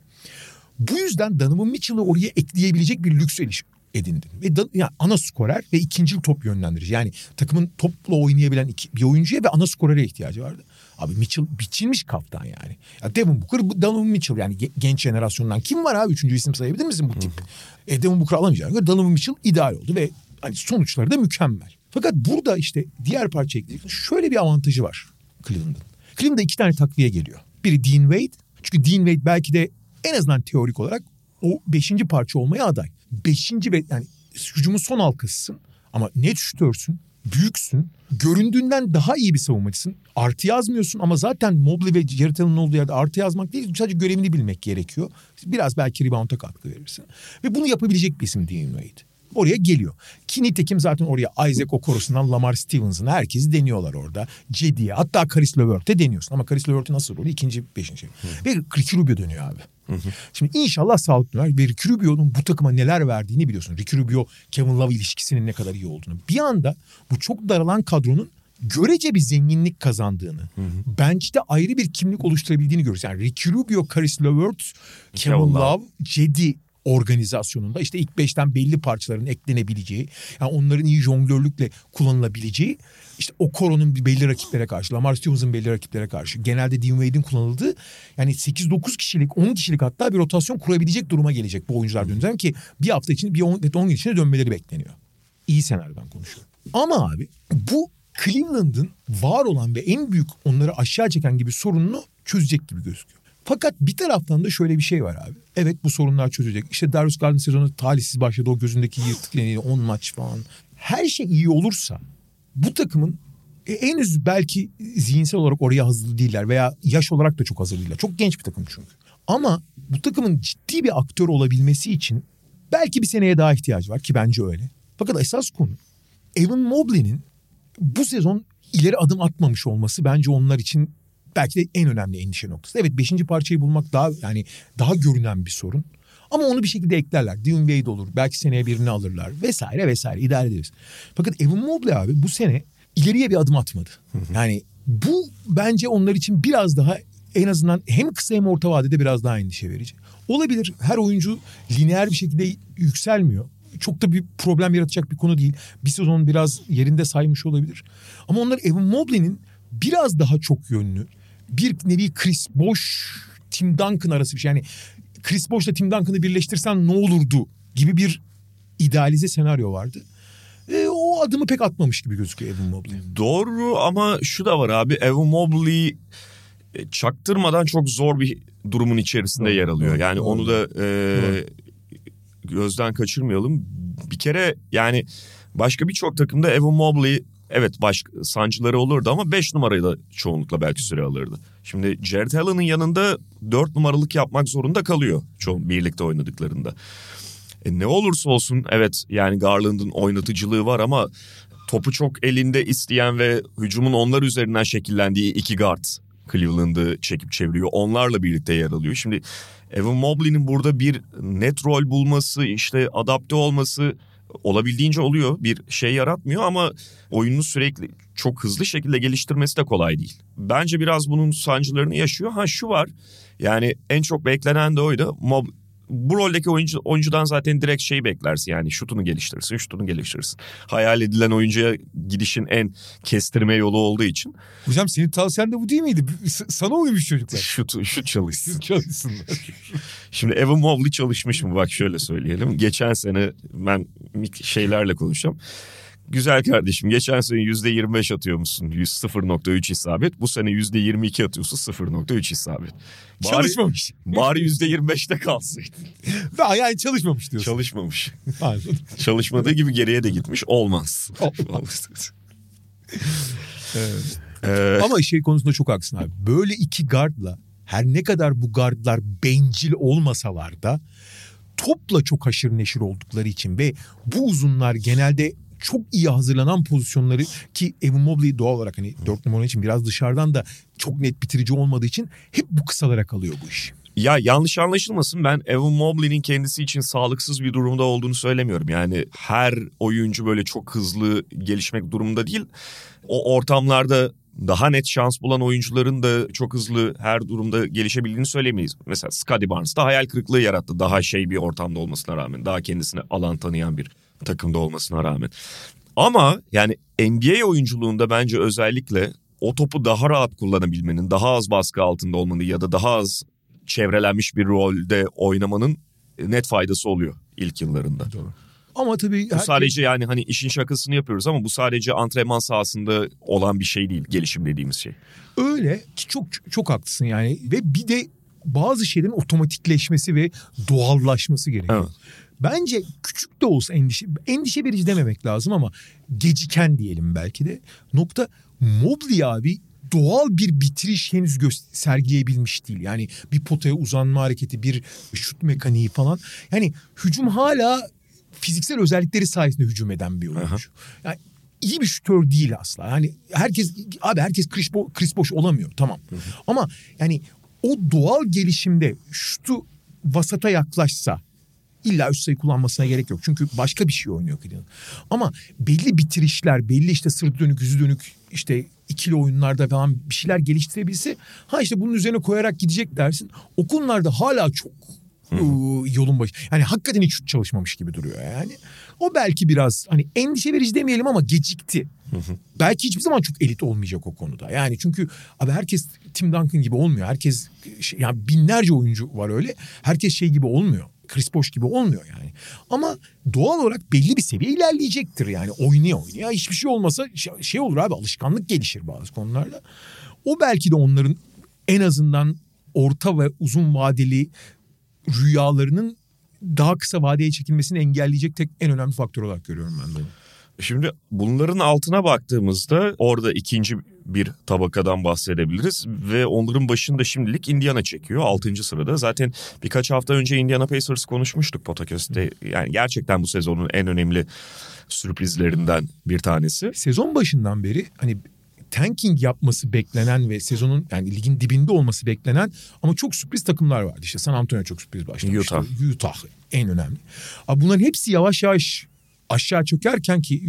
Bu yüzden Donovan Mitchell'ı oraya ekleyebilecek bir lüks edindin. Ve yani ana skorer ve ikincil top yönlendirici. Yani takımın topla oynayabilen bir oyuncuya ve ana skorere ihtiyacı vardı. Abi Mitchell biçilmiş kaptan yani. Ya Devin Booker, Donovan Mitchell yani genç jenerasyondan kim var abi? Üçüncü isim sayabilir misin bu tip? Devin Booker alamayacağına göre Donovan Mitchell ideal oldu ve hani sonuçları da mükemmel. Fakat burada işte diğer parça ekleyecek şöyle bir avantajı var Cleveland'ın. Cleveland'da 2 tane takviye geliyor. Biri Dean Wade. Çünkü Dean Wade belki de en azından teorik olarak o 5. parça olmaya aday. 5. ve yani hücumun son halkasısın ama net şütörsün, büyüksün, göründüğünden daha iyi bir savunmacısın. Artı yazmıyorsun ama zaten Mobley ve Jarrett Allen'ın olduğu yerde artı yazmak değil, sadece görevini bilmek gerekiyor. Biraz belki rebound'a katkı verirsin. Ve bunu yapabilecek bir isim Dean Wade. Oraya geliyor. Ki nitekim zaten oraya Isaac Okoro'sundan Lamar Stevens'ına herkesi deniyorlar orada. Cedi'ye hatta Caris LeVert'e deniyorsun. Ama Caris LeVert'in nasıl rolü? 2. 5. Ve Ricky Rubio dönüyor abi. Şimdi inşallah sağlıklı döner. Ve Ricky Rubio'nun bu takıma neler verdiğini biliyorsun. Ricky Rubio, Kevin Love ilişkisinin ne kadar iyi olduğunu. Bir anda bu çok daralan kadronun görece bir zenginlik kazandığını, bench'te ayrı bir kimlik oluşturabildiğini görüyoruz. Yani Ricky Rubio, Caris LeVert, Kevin Love, Cedi organizasyonunda işte ilk 5'ten belli parçaların eklenebileceği, yani onların iyi jonglörlükle kullanılabileceği, işte Okoro'nun belli rakiplere karşı, Lamar Stevens'ın belli rakiplere karşı, genelde Dean Wade'in kullanıldığı yani 8-9 kişilik, 10 kişilik hatta bir rotasyon kurabilecek duruma gelecek bu oyuncular döndüğünde ki bir hafta içinde, bir 10 gün içinde dönmeleri bekleniyor. İyi senaryodan konuşuyorum. Ama abi bu Cleveland'ın var olan ve en büyük onları aşağı çeken gibi sorununu çözecek gibi gözüküyor. Fakat bir taraftan da şöyle bir şey var abi. Evet bu sorunlar çözecek. İşte Darius Garland sezonu talihsiz başladı. O gözündeki yırtık leniyle 10 maç falan. Her şey iyi olursa bu takımın henüz belki zihinsel olarak oraya hazır değiller veya yaş olarak da çok hazır değiller. Çok genç bir takım çünkü. Ama bu takımın ciddi bir aktör olabilmesi için belki bir seneye daha ihtiyacı var ki bence öyle. Fakat esas konu Evan Mobley'nin bu sezon ileri adım atmamış olması bence onlar için belki de en önemli endişe noktası. Evet 5. parçayı bulmak daha görünen bir sorun. Ama onu bir şekilde eklerler. Dean Wade olur. Belki seneye birini alırlar. Vesaire vesaire. İdare ederiz. Fakat Evan Mobley abi bu sene ileriye bir adım atmadı. Yani bu bence onlar için biraz daha en azından hem kısa hem orta vadede biraz daha endişe verici. Olabilir. Her oyuncu lineer bir şekilde yükselmiyor. Çok da bir problem yaratacak bir konu değil. Bir sezon biraz yerinde saymış olabilir. Ama onlar Evan Mobley'nin biraz daha çok yönlü, bir nevi Chris Bosh, Tim Duncan arası bir şey. Yani Chris Bosh'la Tim Duncan'ı birleştirsen ne olurdu gibi bir idealize senaryo vardı. O adımı pek atmamış gibi gözüküyor Evan Mobley. Doğru ama şu da var abi. Evan Mobley çaktırmadan çok zor bir durumun içerisinde yer alıyor. Yani onu da gözden kaçırmayalım. Bir kere yani başka birçok takımda Evan Mobley evet sancıları olurdu ama 5 numarayı da çoğunlukla belki süre alırdı. Şimdi Jarrett Allen'ın yanında 4 numaralık yapmak zorunda kalıyor birlikte oynadıklarında. Ne olursa olsun evet yani Garland'ın oynatıcılığı var ama topu çok elinde isteyen ve hücumun onlar üzerinden şekillendiği 2 guard Cleveland'ı çekip çeviriyor. Onlarla birlikte yer alıyor. Şimdi Evan Mobley'nin burada bir net rol bulması, işte adapte olması olabildiğince oluyor. Bir şey yaratmıyor ama oyununu sürekli çok hızlı şekilde geliştirmesi de kolay değil. Bence biraz bunun sancılarını yaşıyor. Şu var yani en çok beklenen de oydu. Bu roldeki oyuncudan zaten direkt şeyi beklersin yani şutunu geliştirirsin. Hayal edilen oyuncuya gidişin en kestirme yolu olduğu için. Hocam senin tavsiyen de bu değil miydi? Sana uymuş çocuklar. Şut çalışsın. Çalışsınlar. Şimdi Evan Mobley çalışmış mı? Bak şöyle söyleyelim. Geçen sene ben şeylerle konuşacağım. Güzel kardeşim geçen sene %25 atıyormuşsun 0.3 isabet. Bu sene %22 atıyorsun 0.3 isabet. Çalışmamış. Bari %25'te kalsaydı. Yani çalışmamış diyorsun. Çalışmamış. Çalışmadığı gibi geriye de gitmiş. Olmaz. Evet. Ama şey konusunda çok haklısın abi. Böyle iki guardla her ne kadar bu guardlar bencil olmasalar da topla çok haşır neşir oldukları için ve bu uzunlar genelde çok iyi hazırlanan pozisyonları, ki Evan Mobley doğal olarak hani 4 numara için biraz dışarıdan da çok net bitirici olmadığı için hep bu kısalara kalıyor bu iş. Ya yanlış anlaşılmasın, ben Evan Mobley'nin kendisi için sağlıksız bir durumda olduğunu söylemiyorum. Yani her oyuncu böyle çok hızlı gelişmek durumunda değil. O ortamlarda daha net şans bulan oyuncuların da çok hızlı her durumda gelişebildiğini söyleyemeyiz. Mesela Scottie Barnes da hayal kırıklığı yarattı. Daha bir ortamda olmasına rağmen. Daha kendisine alan tanıyan bir takımda olmasına rağmen. Ama yani NBA oyunculuğunda bence özellikle o topu daha rahat kullanabilmenin, daha az baskı altında olmanın ya da daha az çevrelenmiş bir rolde oynamanın net faydası oluyor ilk yıllarında. Doğru. Ama tabii bu sadece yani hani işin şakasını yapıyoruz ama bu sadece antrenman sahasında olan bir şey değil, gelişim dediğimiz şey. Öyle ki çok çok haklısın yani, ve bir de bazı şeylerin otomatikleşmesi ve doğallaşması gerekiyor. Evet. Bence küçük de olsa endişe verici dememek lazım ama geciken diyelim belki de. Nokta, Mobley abi doğal bir bitiriş henüz sergileyebilmiş değil. Yani bir potaya uzanma hareketi, bir şut mekaniği falan. Yani hücum hala fiziksel özellikleri sayesinde hücum eden bir oyuncu. Yani iyi bir şutör değil asla. Yani herkes Chris Bosh olamıyor, tamam. Ama yani o doğal gelişimde şutu vasata yaklaşsa, İlla üst sayı kullanmasına gerek yok. Çünkü başka bir şey oynuyor Cleveland. Ama belli bitirişler, belli işte sırtı dönük, yüzü dönük, işte ikili oyunlarda falan bir şeyler geliştirebilse, işte bunun üzerine koyarak gidecek dersin. O konularda hala çok yolun başı. Yani hakikaten hiç şut çalışmamış gibi duruyor yani. O belki biraz hani endişe verici demeyelim ama gecikti. Belki hiçbir zaman çok elit olmayacak o konuda. Yani çünkü abi herkes Tim Duncan gibi olmuyor. Herkes yani binlerce oyuncu var öyle. Herkes şey gibi olmuyor. Chris Bosh gibi olmuyor yani. Ama doğal olarak belli bir seviye ilerleyecektir yani. Oynaya hiçbir şey olmasa şey olur abi, alışkanlık gelişir bazı konularda. O belki de onların en azından orta ve uzun vadeli rüyalarının daha kısa vadeye çekilmesini engelleyecek en önemli faktör olarak görüyorum ben de. Şimdi bunların altına baktığımızda orada ikinci bir tabakadan bahsedebiliriz ve onların başında şimdilik Indiana çekiyor 6. sırada. Zaten birkaç hafta önce Indiana Pacers konuşmuştuk podcast'te. Yani gerçekten bu sezonun en önemli sürprizlerinden bir tanesi. Sezon başından beri hani tanking yapması beklenen ve sezonun yani ligin dibinde olması beklenen ama çok sürpriz takımlar vardı. İşte San Antonio çok sürpriz başlamıştı. Utah en önemli. Abi bunların hepsi yavaş yavaş aşağı çökerken ki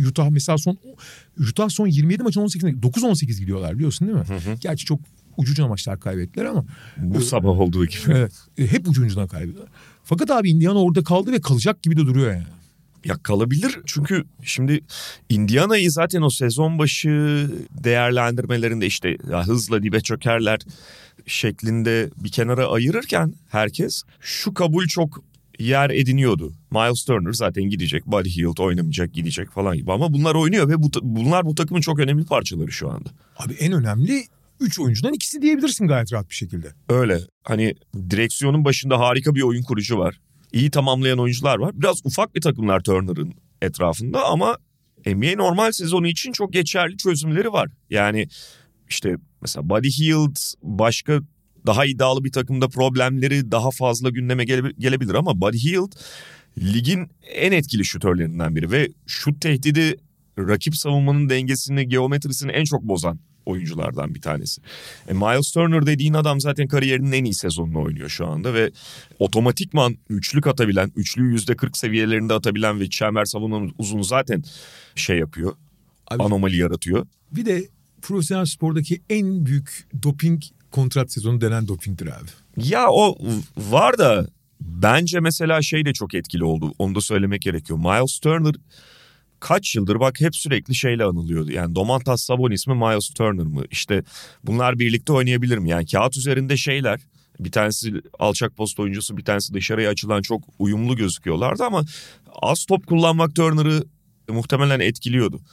Utah son 27 maçın 18'inde 9-18 gidiyorlar, biliyorsun değil mi? Gerçi çok ucucuna maçlar kaybettiler ama. Bu sabah olduğu gibi. Evet. Hep ucucuna kaybettiler. Fakat abi Indiana orada kaldı ve kalacak gibi de duruyor yani. Ya kalabilir çünkü şimdi Indiana'yı zaten o sezon başı değerlendirmelerinde işte ya hızla dibe çökerler şeklinde bir kenara ayırırken herkes şu kabul çok yer ediniyordu. Miles Turner zaten gidecek, Buddy Hield oynamayacak, gidecek falan gibi ama bunlar oynuyor ve bunlar bu takımın çok önemli parçaları şu anda. Abi en önemli 3 oyuncudan ikisi diyebilirsin gayet rahat bir şekilde. Öyle. Hani direksiyonun başında harika bir oyun kurucu var. İyi tamamlayan oyuncular var. Biraz ufak bir takımlar Turner'ın etrafında ama NBA normal sezonu için çok geçerli çözümleri var. Yani işte mesela Buddy Hield başka daha iddialı bir takımda problemleri daha fazla gündeme gelebilir ama Buddy Hield ligin en etkili şutörlerinden biri ve şut tehdidi rakip savunmanın dengesini, geometrisini en çok bozan oyunculardan bir tanesi. Miles Turner dediğin adam zaten kariyerinin en iyi sezonunu oynuyor şu anda ve otomatikman üçlük atabilen, üçlüyü %40 seviyelerinde atabilen ve çember savunmanın uzunu zaten yapıyor. Abi, anomali yaratıyor. Bir de profesyonel spordaki en büyük doping kontrat sezonu denen dopingdir abi. Ya o var da bence mesela de çok etkili oldu. Onu da söylemek gerekiyor. Miles Turner kaç yıldır bak hep sürekli şeyle anılıyordu. Yani Domantas Sabonis mi Miles Turner mı? İşte bunlar birlikte oynayabilir mi? Yani kağıt üzerinde şeyler. Bir tanesi alçak post oyuncusu, bir tanesi dışarıya açılan çok uyumlu gözüküyorlardı ama az top kullanmak Turner'ı muhtemelen etkiliyordu.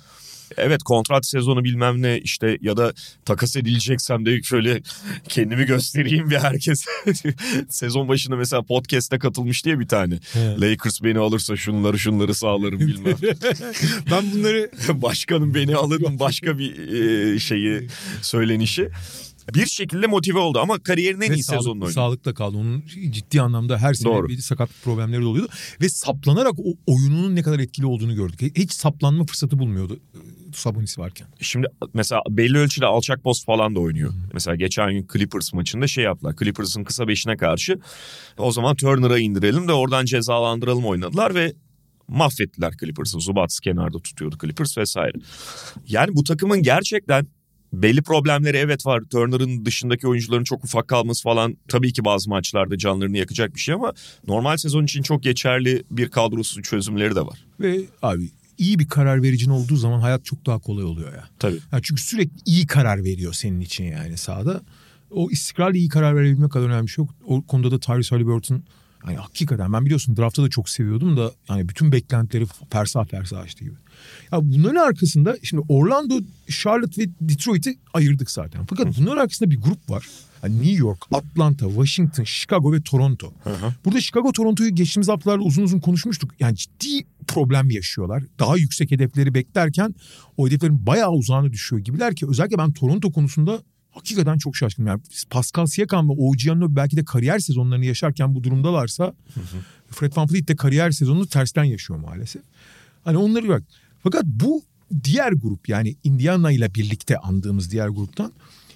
Evet, kontrat sezonu bilmem ne işte, ya da takas edileceksem de şöyle kendimi göstereyim bir herkes. Sezon başında mesela podcast'e katılmış diye bir tane. Evet. Lakers beni alırsa şunları sağlarım bilmem. Ben bunları Başkanım beni alır mı, başka bir şeyi söylenişi. Bir şekilde motive oldu ama kariyerin en iyi sezonunu oynadı. Sağlıkla kaldı. Onun ciddi anlamda her sene bir sakatlık problemleri de oluyordu. Ve saplanarak o oyununun ne kadar etkili olduğunu gördük. Hiç saplanma fırsatı bulmuyordu Sabonis varken. Şimdi mesela belli ölçüde alçak post falan da oynuyor. Mesela geçen gün Clippers maçında şey yaptılar. Clippers'ın kısa beşine karşı o zaman Turner'a indirelim de oradan cezalandıralım oynadılar ve mahvettiler Clippers'ı. Zubats kenarda tutuyordu Clippers vesaire. Yani bu takımın gerçekten belli problemleri evet var. Turner'ın dışındaki oyuncuların çok ufak kalması falan tabii ki bazı maçlarda canlarını yakacak bir şey ama normal sezon için çok geçerli bir kadrosu, çözümleri de var. Ve abi iyi bir karar vericin olduğu zaman hayat çok daha kolay oluyor ya. Tabii. Yani çünkü sürekli iyi karar veriyor senin için yani sahada. O istikrarlı iyi karar verebilmek kadar önemli bir şey yok. O konuda da Tyrese Haliburton yani hakikaten ben biliyorsun draftta da çok seviyordum da yani bütün beklentileri fersah açtı gibi. Ya bunların arkasında şimdi Orlando, Charlotte ve Detroit'i ayırdık zaten. Fakat bunların arkasında bir grup var. Yani New York, Atlanta, Washington, Chicago ve Toronto. Burada Chicago, Toronto'yu geçtiğimiz haftalarda uzun konuşmuştuk. Yani ciddi problem yaşıyorlar. Daha yüksek hedefleri beklerken o hedeflerin bayağı uzağına düşüyor gibiler ki özellikle ben Toronto konusunda hakikaten çok şaşkınım. Yani Pascal Siakam ve OG Anunoby belki de kariyer sezonlarını yaşarken bu durumdalarsa Fred VanVleet de kariyer sezonunu tersten yaşıyor maalesef. Hani onları bak. Fakat bu diğer grup yani Indiana ile birlikte andığımız diğer gruptan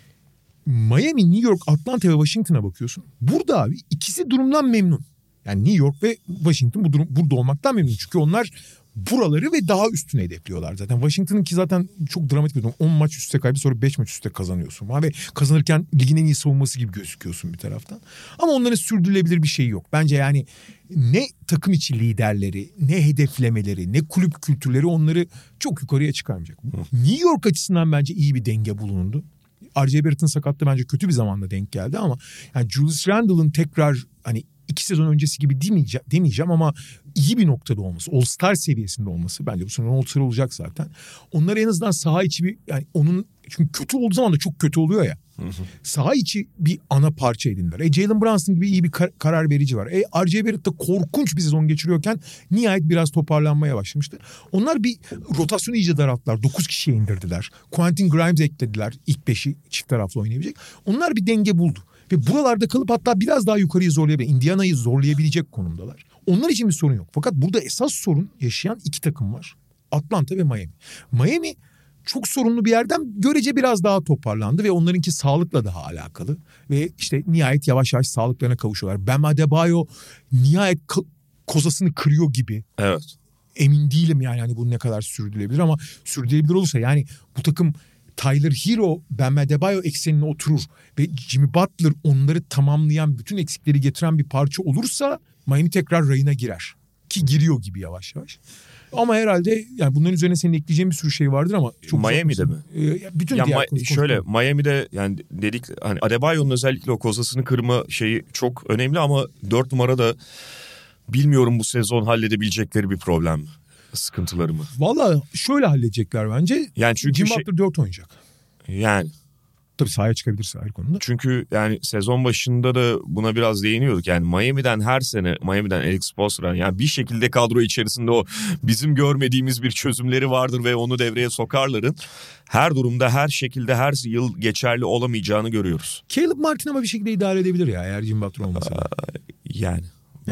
Miami, New York, Atlanta ve Washington'a bakıyorsun. Burada abi ikisi durumdan memnun. Yani New York ve Washington burada olmaktan memnun. Çünkü onlar buraları ve daha üstüne hedefliyorlar zaten. Washington'ınki zaten çok dramatik bir durum. 10 maç üstte kaybı sonra 5 maç üstte kazanıyorsun. Ve kazanırken ligin en iyi savunması gibi gözüküyorsun bir taraftan. Ama onların sürdürülebilir bir şeyi yok. Bence yani ne takım içi liderleri, ne hedeflemeleri, ne kulüp kültürleri onları çok yukarıya çıkarmayacak. New York açısından bence iyi bir denge bulundu. R.J. Barrett'ın sakatlığı bence kötü bir zamanda denk geldi ama yani Julius Randle'ın tekrar hani 2 sezon öncesi gibi demeyeceğim ama iyi bir noktada olması, All-Star seviyesinde olması bence bu sene All-Star olacak zaten. Onlar en azından saha içi bir yani onun çünkü kötü olduğu zaman da çok kötü oluyor ya. Saha içi bir ana parça edindiler. Jalen Brunson gibi iyi bir karar verici var. R.J. Barrett de korkunç bir sezon geçiriyorken nihayet biraz toparlanmaya başlamıştı. Onlar bir rotasyonu iyice daralttılar. 9 kişiye indirdiler. Quentin Grimes eklediler. İlk 5'i çift taraflı oynayabilecek. Onlar bir denge buldu. Ve buralarda kalıp hatta biraz daha yukarıyı zorlayabilir. Indiana'yı zorlayabilecek konumdalar. Onlar için bir sorun yok. Fakat burada esas sorun yaşayan 2 takım var. Atlanta ve Miami. Miami çok sorunlu bir yerden görece biraz daha toparlandı ve onlarınki sağlıkla daha alakalı. Ve işte nihayet yavaş yavaş sağlıklarına kavuşuyorlar. Bam Adebayo nihayet kozasını kırıyor gibi. Evet. Emin değilim yani hani bu ne kadar sürdürülebilir ama sürdürülebilir olursa yani bu takım Tyler Hero, Bam Adebayo eksenine oturur ve Jimmy Butler onları tamamlayan, bütün eksikleri getiren bir parça olursa Miami tekrar rayına girer. Ki giriyor gibi yavaş yavaş. Ama herhalde yani bunların üzerine senin ekleyeceğin bir sürü şey vardır ama çok Miami'de mi? Bütün ya diğer şöyle Miami'de yani dedik hani Adebayo'nun özellikle o kozasını kırma şeyi çok önemli ama 4 numara da bilmiyorum bu sezon halledebilecekleri bir problem mi? Sıkıntıları mı? Valla şöyle halledecekler bence. Yani çünkü Jimmy Butler 4 oynayacak. Yani. Tabii sahaya çıkabilirse her konuda. Çünkü yani sezon başında da buna biraz değiniyorduk. Yani Miami'den her sene Alex Spoelstra yani bir şekilde kadro içerisinde o bizim görmediğimiz bir çözümleri vardır ve onu devreye sokarların her durumda her şekilde her yıl geçerli olamayacağını görüyoruz. Caleb Martin ama bir şekilde idare edebilir ya eğer Jimmy Butler olmasa. Yani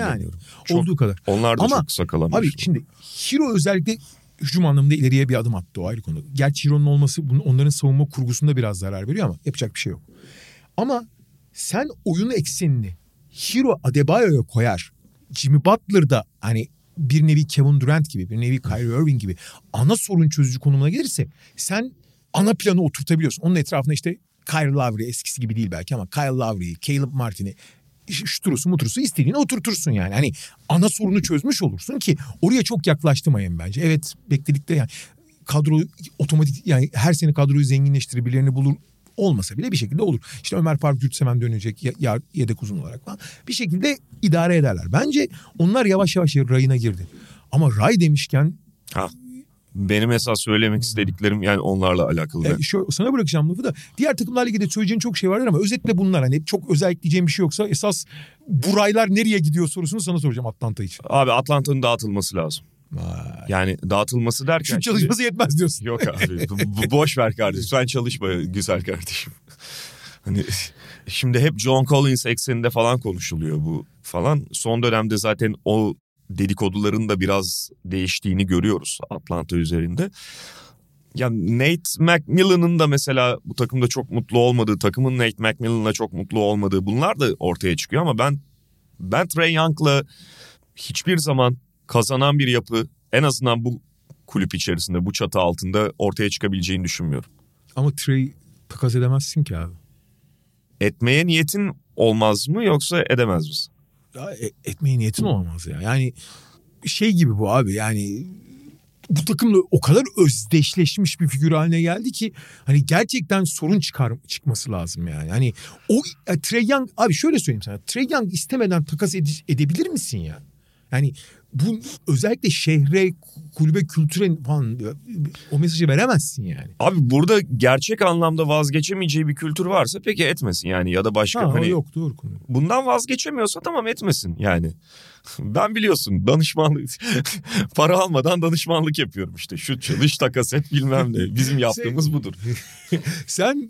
olduğu kadar. Onlar da ama, çok sakalanmış. Abi şimdi Hero özellikle hücum anlamında ileriye bir adım attı o ayrı konu. Gerçi Hero'nun olması onların savunma kurgusunda biraz zarar veriyor ama yapacak bir şey yok. Ama sen oyun eksenini Hero Adebayo'ya koyar. Jimmy Butler da hani bir nevi Kevin Durant gibi, bir nevi Kyrie Irving gibi ana sorun çözücü konumuna gelirse sen ana planı oturtabiliyorsun. Onun etrafında işte Kyle Lowry eskisi gibi değil belki ama Kyle Lowry'yi, Caleb Martin'i şuturusu muturusu istediğini oturtursun yani. Hani ana sorunu çözmüş olursun ki oraya çok yaklaştı Miami bence. Evet bekledikleri yani kadro otomatik yani her sene kadroyu zenginleştirir birilerini bulur olmasa bile bir şekilde olur. İşte Ömer Faruk Yurtseven dönecek yedek uzun olarak falan. Bir şekilde idare ederler. Bence onlar yavaş yavaş rayına girdi. Ama ray demişken Benim esas söylemek istediklerim yani onlarla alakalı. Sana bırakacağım lafı da. Diğer takımlarla ilgili söyleyeceğin çok şey vardır ama özetle bunlar. Hani çok özellikleyeceğim bir şey yoksa esas buraylar nereye gidiyor sorusunu sana soracağım Atlanta için. Abi Atlanta'nın dağıtılması lazım. Yani dağıtılması derken... Şut çalışması yetmez diyorsun. Yok abi boş ver kardeşim. Sen çalışma güzel kardeşim. Hani şimdi hep John Collins ekseninde falan konuşuluyor bu falan. Son dönemde zaten o dedikoduların da biraz değiştiğini görüyoruz Atlanta üzerinde. Ya Nate McMillan'ın da mesela bu takımda çok mutlu olmadığı, takımın Nate McMillan'la çok mutlu olmadığı bunlar da ortaya çıkıyor ama ben Trae Young'la hiçbir zaman kazanan bir yapı en azından bu kulüp içerisinde, bu çatı altında ortaya çıkabileceğini düşünmüyorum. Ama Trae takas edemezsin ki abi. Etmeye niyetin olmaz mı yoksa edemez misin? Ya, etmeye niyetin olamaz ya. Yani şey gibi bu abi, yani bu takımla o kadar özdeşleşmiş bir figür haline geldi ki hani gerçekten sorun çıkması lazım yani. Hani o Trae Young, abi şöyle söyleyeyim sana. Trae Young istemeden takas edebilir misin ya? Yani bu özellikle şehre, kulübe, kültüre falan o mesajı veremezsin yani. Abi burada gerçek anlamda vazgeçemeyeceği bir kültür varsa peki etmesin yani ya da başka hani yok doğru konu. Bundan vazgeçemiyorsa tamam etmesin yani. Ben biliyorsun danışmanlık para almadan danışmanlık yapıyorum işte. Şut çalış takas et bilmem ne. Bizim yaptığımız budur. Sen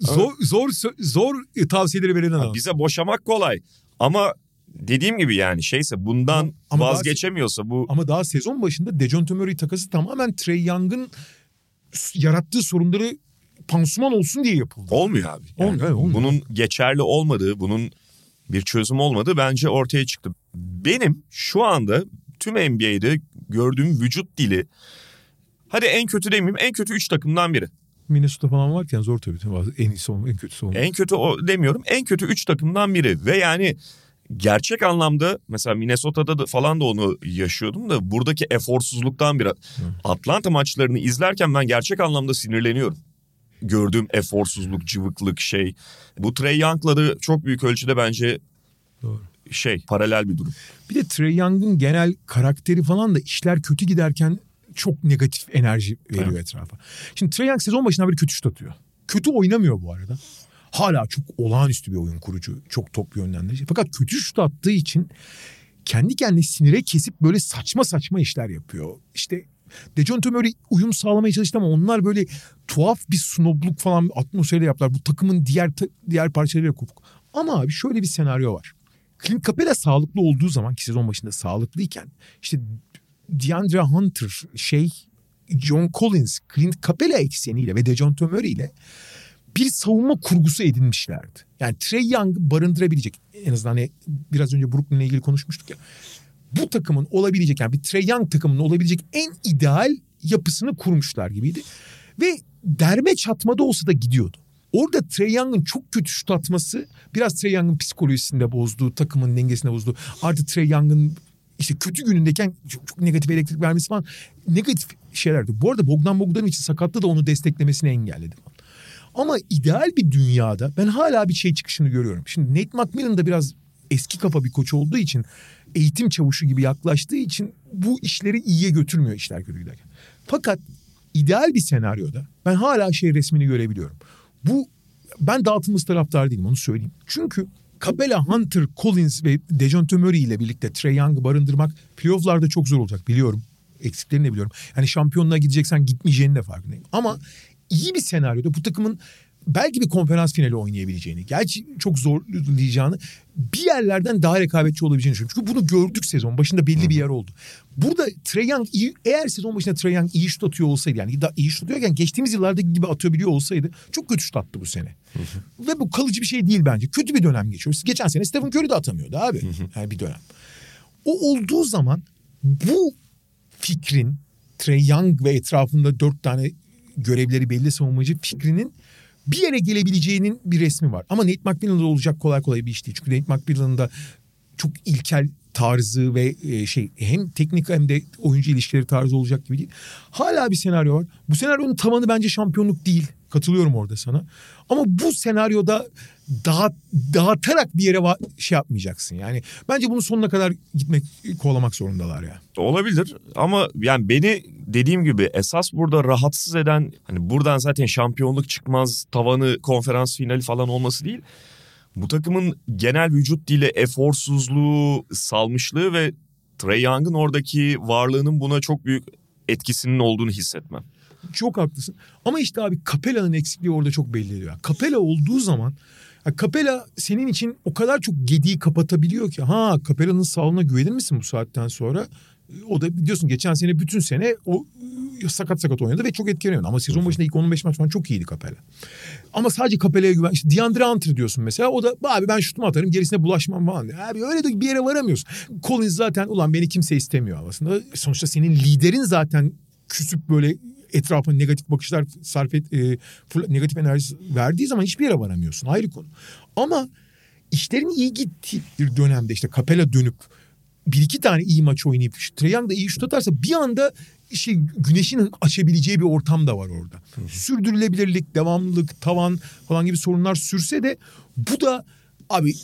zor tavsiyeleri veren adam. Bize boşamak kolay ama dediğim gibi yani şeyse bundan ama vazgeçemiyorsa bu. Ama daha sezon başında Dejounte Murray takası tamamen Trae Young'ın yarattığı sorunları pansuman olsun diye yapıldı. Olmuyor abi. Yani olmuyor. Bunun geçerli olmadığı, bunun bir çözüm olmadığı bence ortaya çıktı. Benim şu anda tüm NBA'de gördüğüm vücut dili, hadi en kötü demeyeyim, en kötü 3 takımdan biri. Minnesota falan varken zor tabii. En iyisi olma, en kötüsü olma. En kötü o demiyorum, en kötü 3 takımdan biri ve yani gerçek anlamda mesela Minnesota'da da falan da onu yaşıyordum da buradaki eforsuzluktan biri. Atlanta maçlarını izlerken ben gerçek anlamda sinirleniyorum. Gördüğüm eforsuzluk, cıvıklık şey. Bu Trae Young'la da çok büyük ölçüde bence doğru. Paralel bir durum. Bir de Trae Young'ın genel karakteri falan da işler kötü giderken çok negatif enerji veriyor etrafa. Şimdi Trae Young sezon başından beri kötü şut atıyor. Kötü oynamıyor bu arada. Hala çok olağanüstü bir oyun kurucu. Çok top yönlendirici. Fakat kötü şut attığı için kendi kendine sinire kesip böyle saçma saçma işler yapıyor. İşte Dejounte Murray uyum sağlamaya çalıştı ama onlar böyle tuhaf bir snobluk falan atmosferiyle yaptılar. Bu takımın diğer parçalarıyla kopuk. Ama abi şöyle bir senaryo var. Clint Capela sağlıklı olduğu zaman, ki sezon başında sağlıklıyken işte DeAndre Hunter, John Collins, Clint Capela ekseniyle ve Dejounte Murray ile bir savunma kurgusu edinmişlerdi. Yani Trae Young'ı barındırabilecek, en azından hani biraz önce Brooklyn'le ilgili konuşmuştuk ya. Bu takımın olabilecek, yani bir Trae Young takımının olabilecek en ideal yapısını kurmuşlar gibiydi. Ve derme çatmada olsa da gidiyordu. Orada Trae Young'ın çok kötü şut atması biraz Trae Young'ın psikolojisinde bozdu, takımın dengesinde bozdu. Artık Trae Young'ın işte kötü günündeyken çok negatif elektrik vermesi falan negatif şeylerdi. Bu arada Bogdan için sakatlığı da onu desteklemesini engelledi. Ama ideal bir dünyada ben hala bir şey çıkışını görüyorum. Şimdi Nate McMillan da biraz eski kafa bir koç olduğu için, eğitim çavuşu gibi yaklaştığı için bu işleri iyiye götürmüyor işler kötü giderken. Fakat ideal bir senaryoda ben hala resmini görebiliyorum. Ben dağıtılması taraftar değilim, onu söyleyeyim. Çünkü Capela, Hunter, Collins ve Dejounte Murray ile birlikte Trae Young'ı barındırmak playoff'larda çok zor olacak, biliyorum. Eksiklerini de biliyorum. Yani şampiyonluğa gideceksen gitmeyeceğini de farkındayım. Ama iyi bir senaryoda bu takımın belki bir konferans finali oynayabileceğini, gerçi çok zorlayacağını, bir yerlerden daha rekabetçi olabileceğini düşünüyorum. Çünkü bunu gördük sezon başında, belli bir yer oldu. Burada Trae Young eğer sezon başında Trae Young iyi şut atıyor olsaydı, yani daha iyi şut atıyorken geçtiğimiz yıllardaki gibi atabiliyor olsaydı, çok kötü şut attı bu sene. Ve bu kalıcı bir şey değil bence. Kötü bir dönem geçiyoruz. Geçen sene Stephen Curry de atamıyordu abi. Yani bir dönem. O olduğu zaman bu fikrin, Trae Young ve etrafında 4 tane görevleri belli savunmacı fikrinin bir yere gelebileceğinin bir resmi var. Ama Nate McMillan'da olacak kolay kolay bir iş değil. Çünkü Nate McMillan'ın da çok ilkel tarzı ve hem teknik hem de oyuncu ilişkileri tarzı olacak gibi değil. Hala bir senaryo var. Bu senaryonun tavanı bence şampiyonluk değil. Katılıyorum orada sana. Ama bu senaryoda dağıtarak bir yere yapmayacaksın. Yani bence bunun sonuna kadar kovalamak zorundalar ya. Olabilir ama yani beni dediğim gibi esas burada rahatsız eden, hani buradan zaten şampiyonluk çıkmaz, tavanı konferans finali falan olması değil. Bu takımın genel vücut dili, eforsuzluğu, salmışlığı ve Trae Young'ın oradaki varlığının buna çok büyük etkisinin olduğunu hissetmem. Çok haklısın. Ama işte abi Capella'nın eksikliği orada çok belli ediyor. Capella olduğu zaman Capella senin için o kadar çok gediği kapatabiliyor ki. Capella'nın sağlığına güvenir misin bu saatten sonra? O da biliyorsun geçen sene bütün sene o sakat oynadı ve çok etkileniyordu. Ama sezon başında ilk 15 maç falan çok iyiydi Capella. Ama sadece Capella'ya güven. İşte DeAndre Hunter diyorsun mesela. O da abi ben şutumu atarım gerisine bulaşmam falan diyor. Abi öyle de bir yere varamıyorsun. Collins zaten beni kimse istemiyor havasında. Sonuçta senin liderin zaten küsüp böyle etrafa negatif bakışlar negatif enerji verdiği zaman hiçbir yere varamıyorsun. Ayrı konu. Ama işlerin iyi gittiği bir dönemde işte Capella dönüp bir iki tane iyi maç oynayıp Trae Young da iyi şut atarsa bir anda güneşin açabileceği bir ortam da var orada. Sürdürülebilirlik, devamlılık, tavan falan gibi sorunlar sürse de bu da abi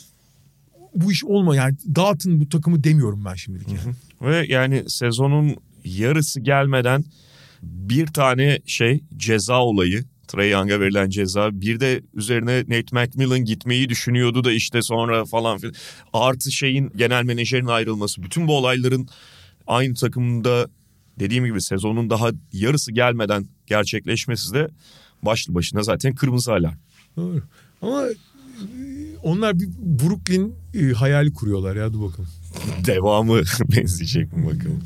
bu iş yani dağıtın bu takımı demiyorum ben şimdilik. Yani. Ve yani sezonun yarısı gelmeden bir tane ceza olayı, Trae Young'a verilen ceza, bir de üzerine Nate McMillan gitmeyi düşünüyordu da işte sonra falan filan. Artı genel menajerin ayrılması, bütün bu olayların aynı takımda dediğim gibi sezonun daha yarısı gelmeden gerçekleşmesi de başlı başına zaten kırmızı alarm. Doğru. Ama onlar bir Brooklyn hayali kuruyorlar ya, dur bakalım. Devamı benzeyecek mi bakalım.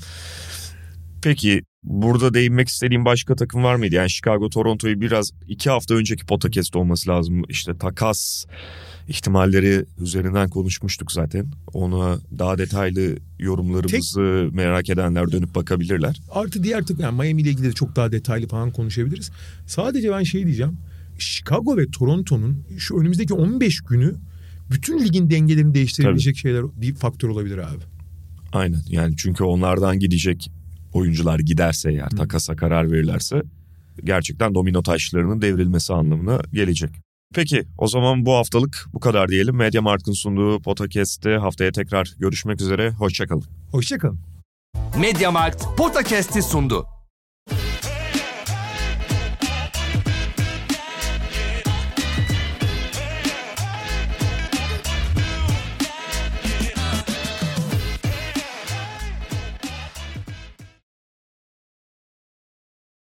Peki burada değinmek istediğim başka takım var mıydı? Yani Chicago, Toronto'yu biraz 2 hafta önceki podcast'te olması lazım. İşte takas ihtimalleri üzerinden konuşmuştuk zaten. Ona daha detaylı yorumlarımızı merak edenler dönüp bakabilirler. Artı diğer takım, yani Miami ile ilgili de çok daha detaylı falan konuşabiliriz. Sadece ben diyeceğim. Chicago ve Toronto'nun şu önümüzdeki 15 günü bütün ligin dengelerini değiştirebilecek şeyler, bir faktör olabilir abi. Aynen, yani çünkü onlardan gidecek oyuncular giderse, eğer takasa karar verirlerse gerçekten domino taşlarının devrilmesi anlamına gelecek. Peki o zaman bu haftalık bu kadar diyelim. MediaMarkt'ın sunduğu podcast'te haftaya tekrar görüşmek üzere. Hoşça kalın. Hoşça kalın. MediaMarkt Podcast'i sundu.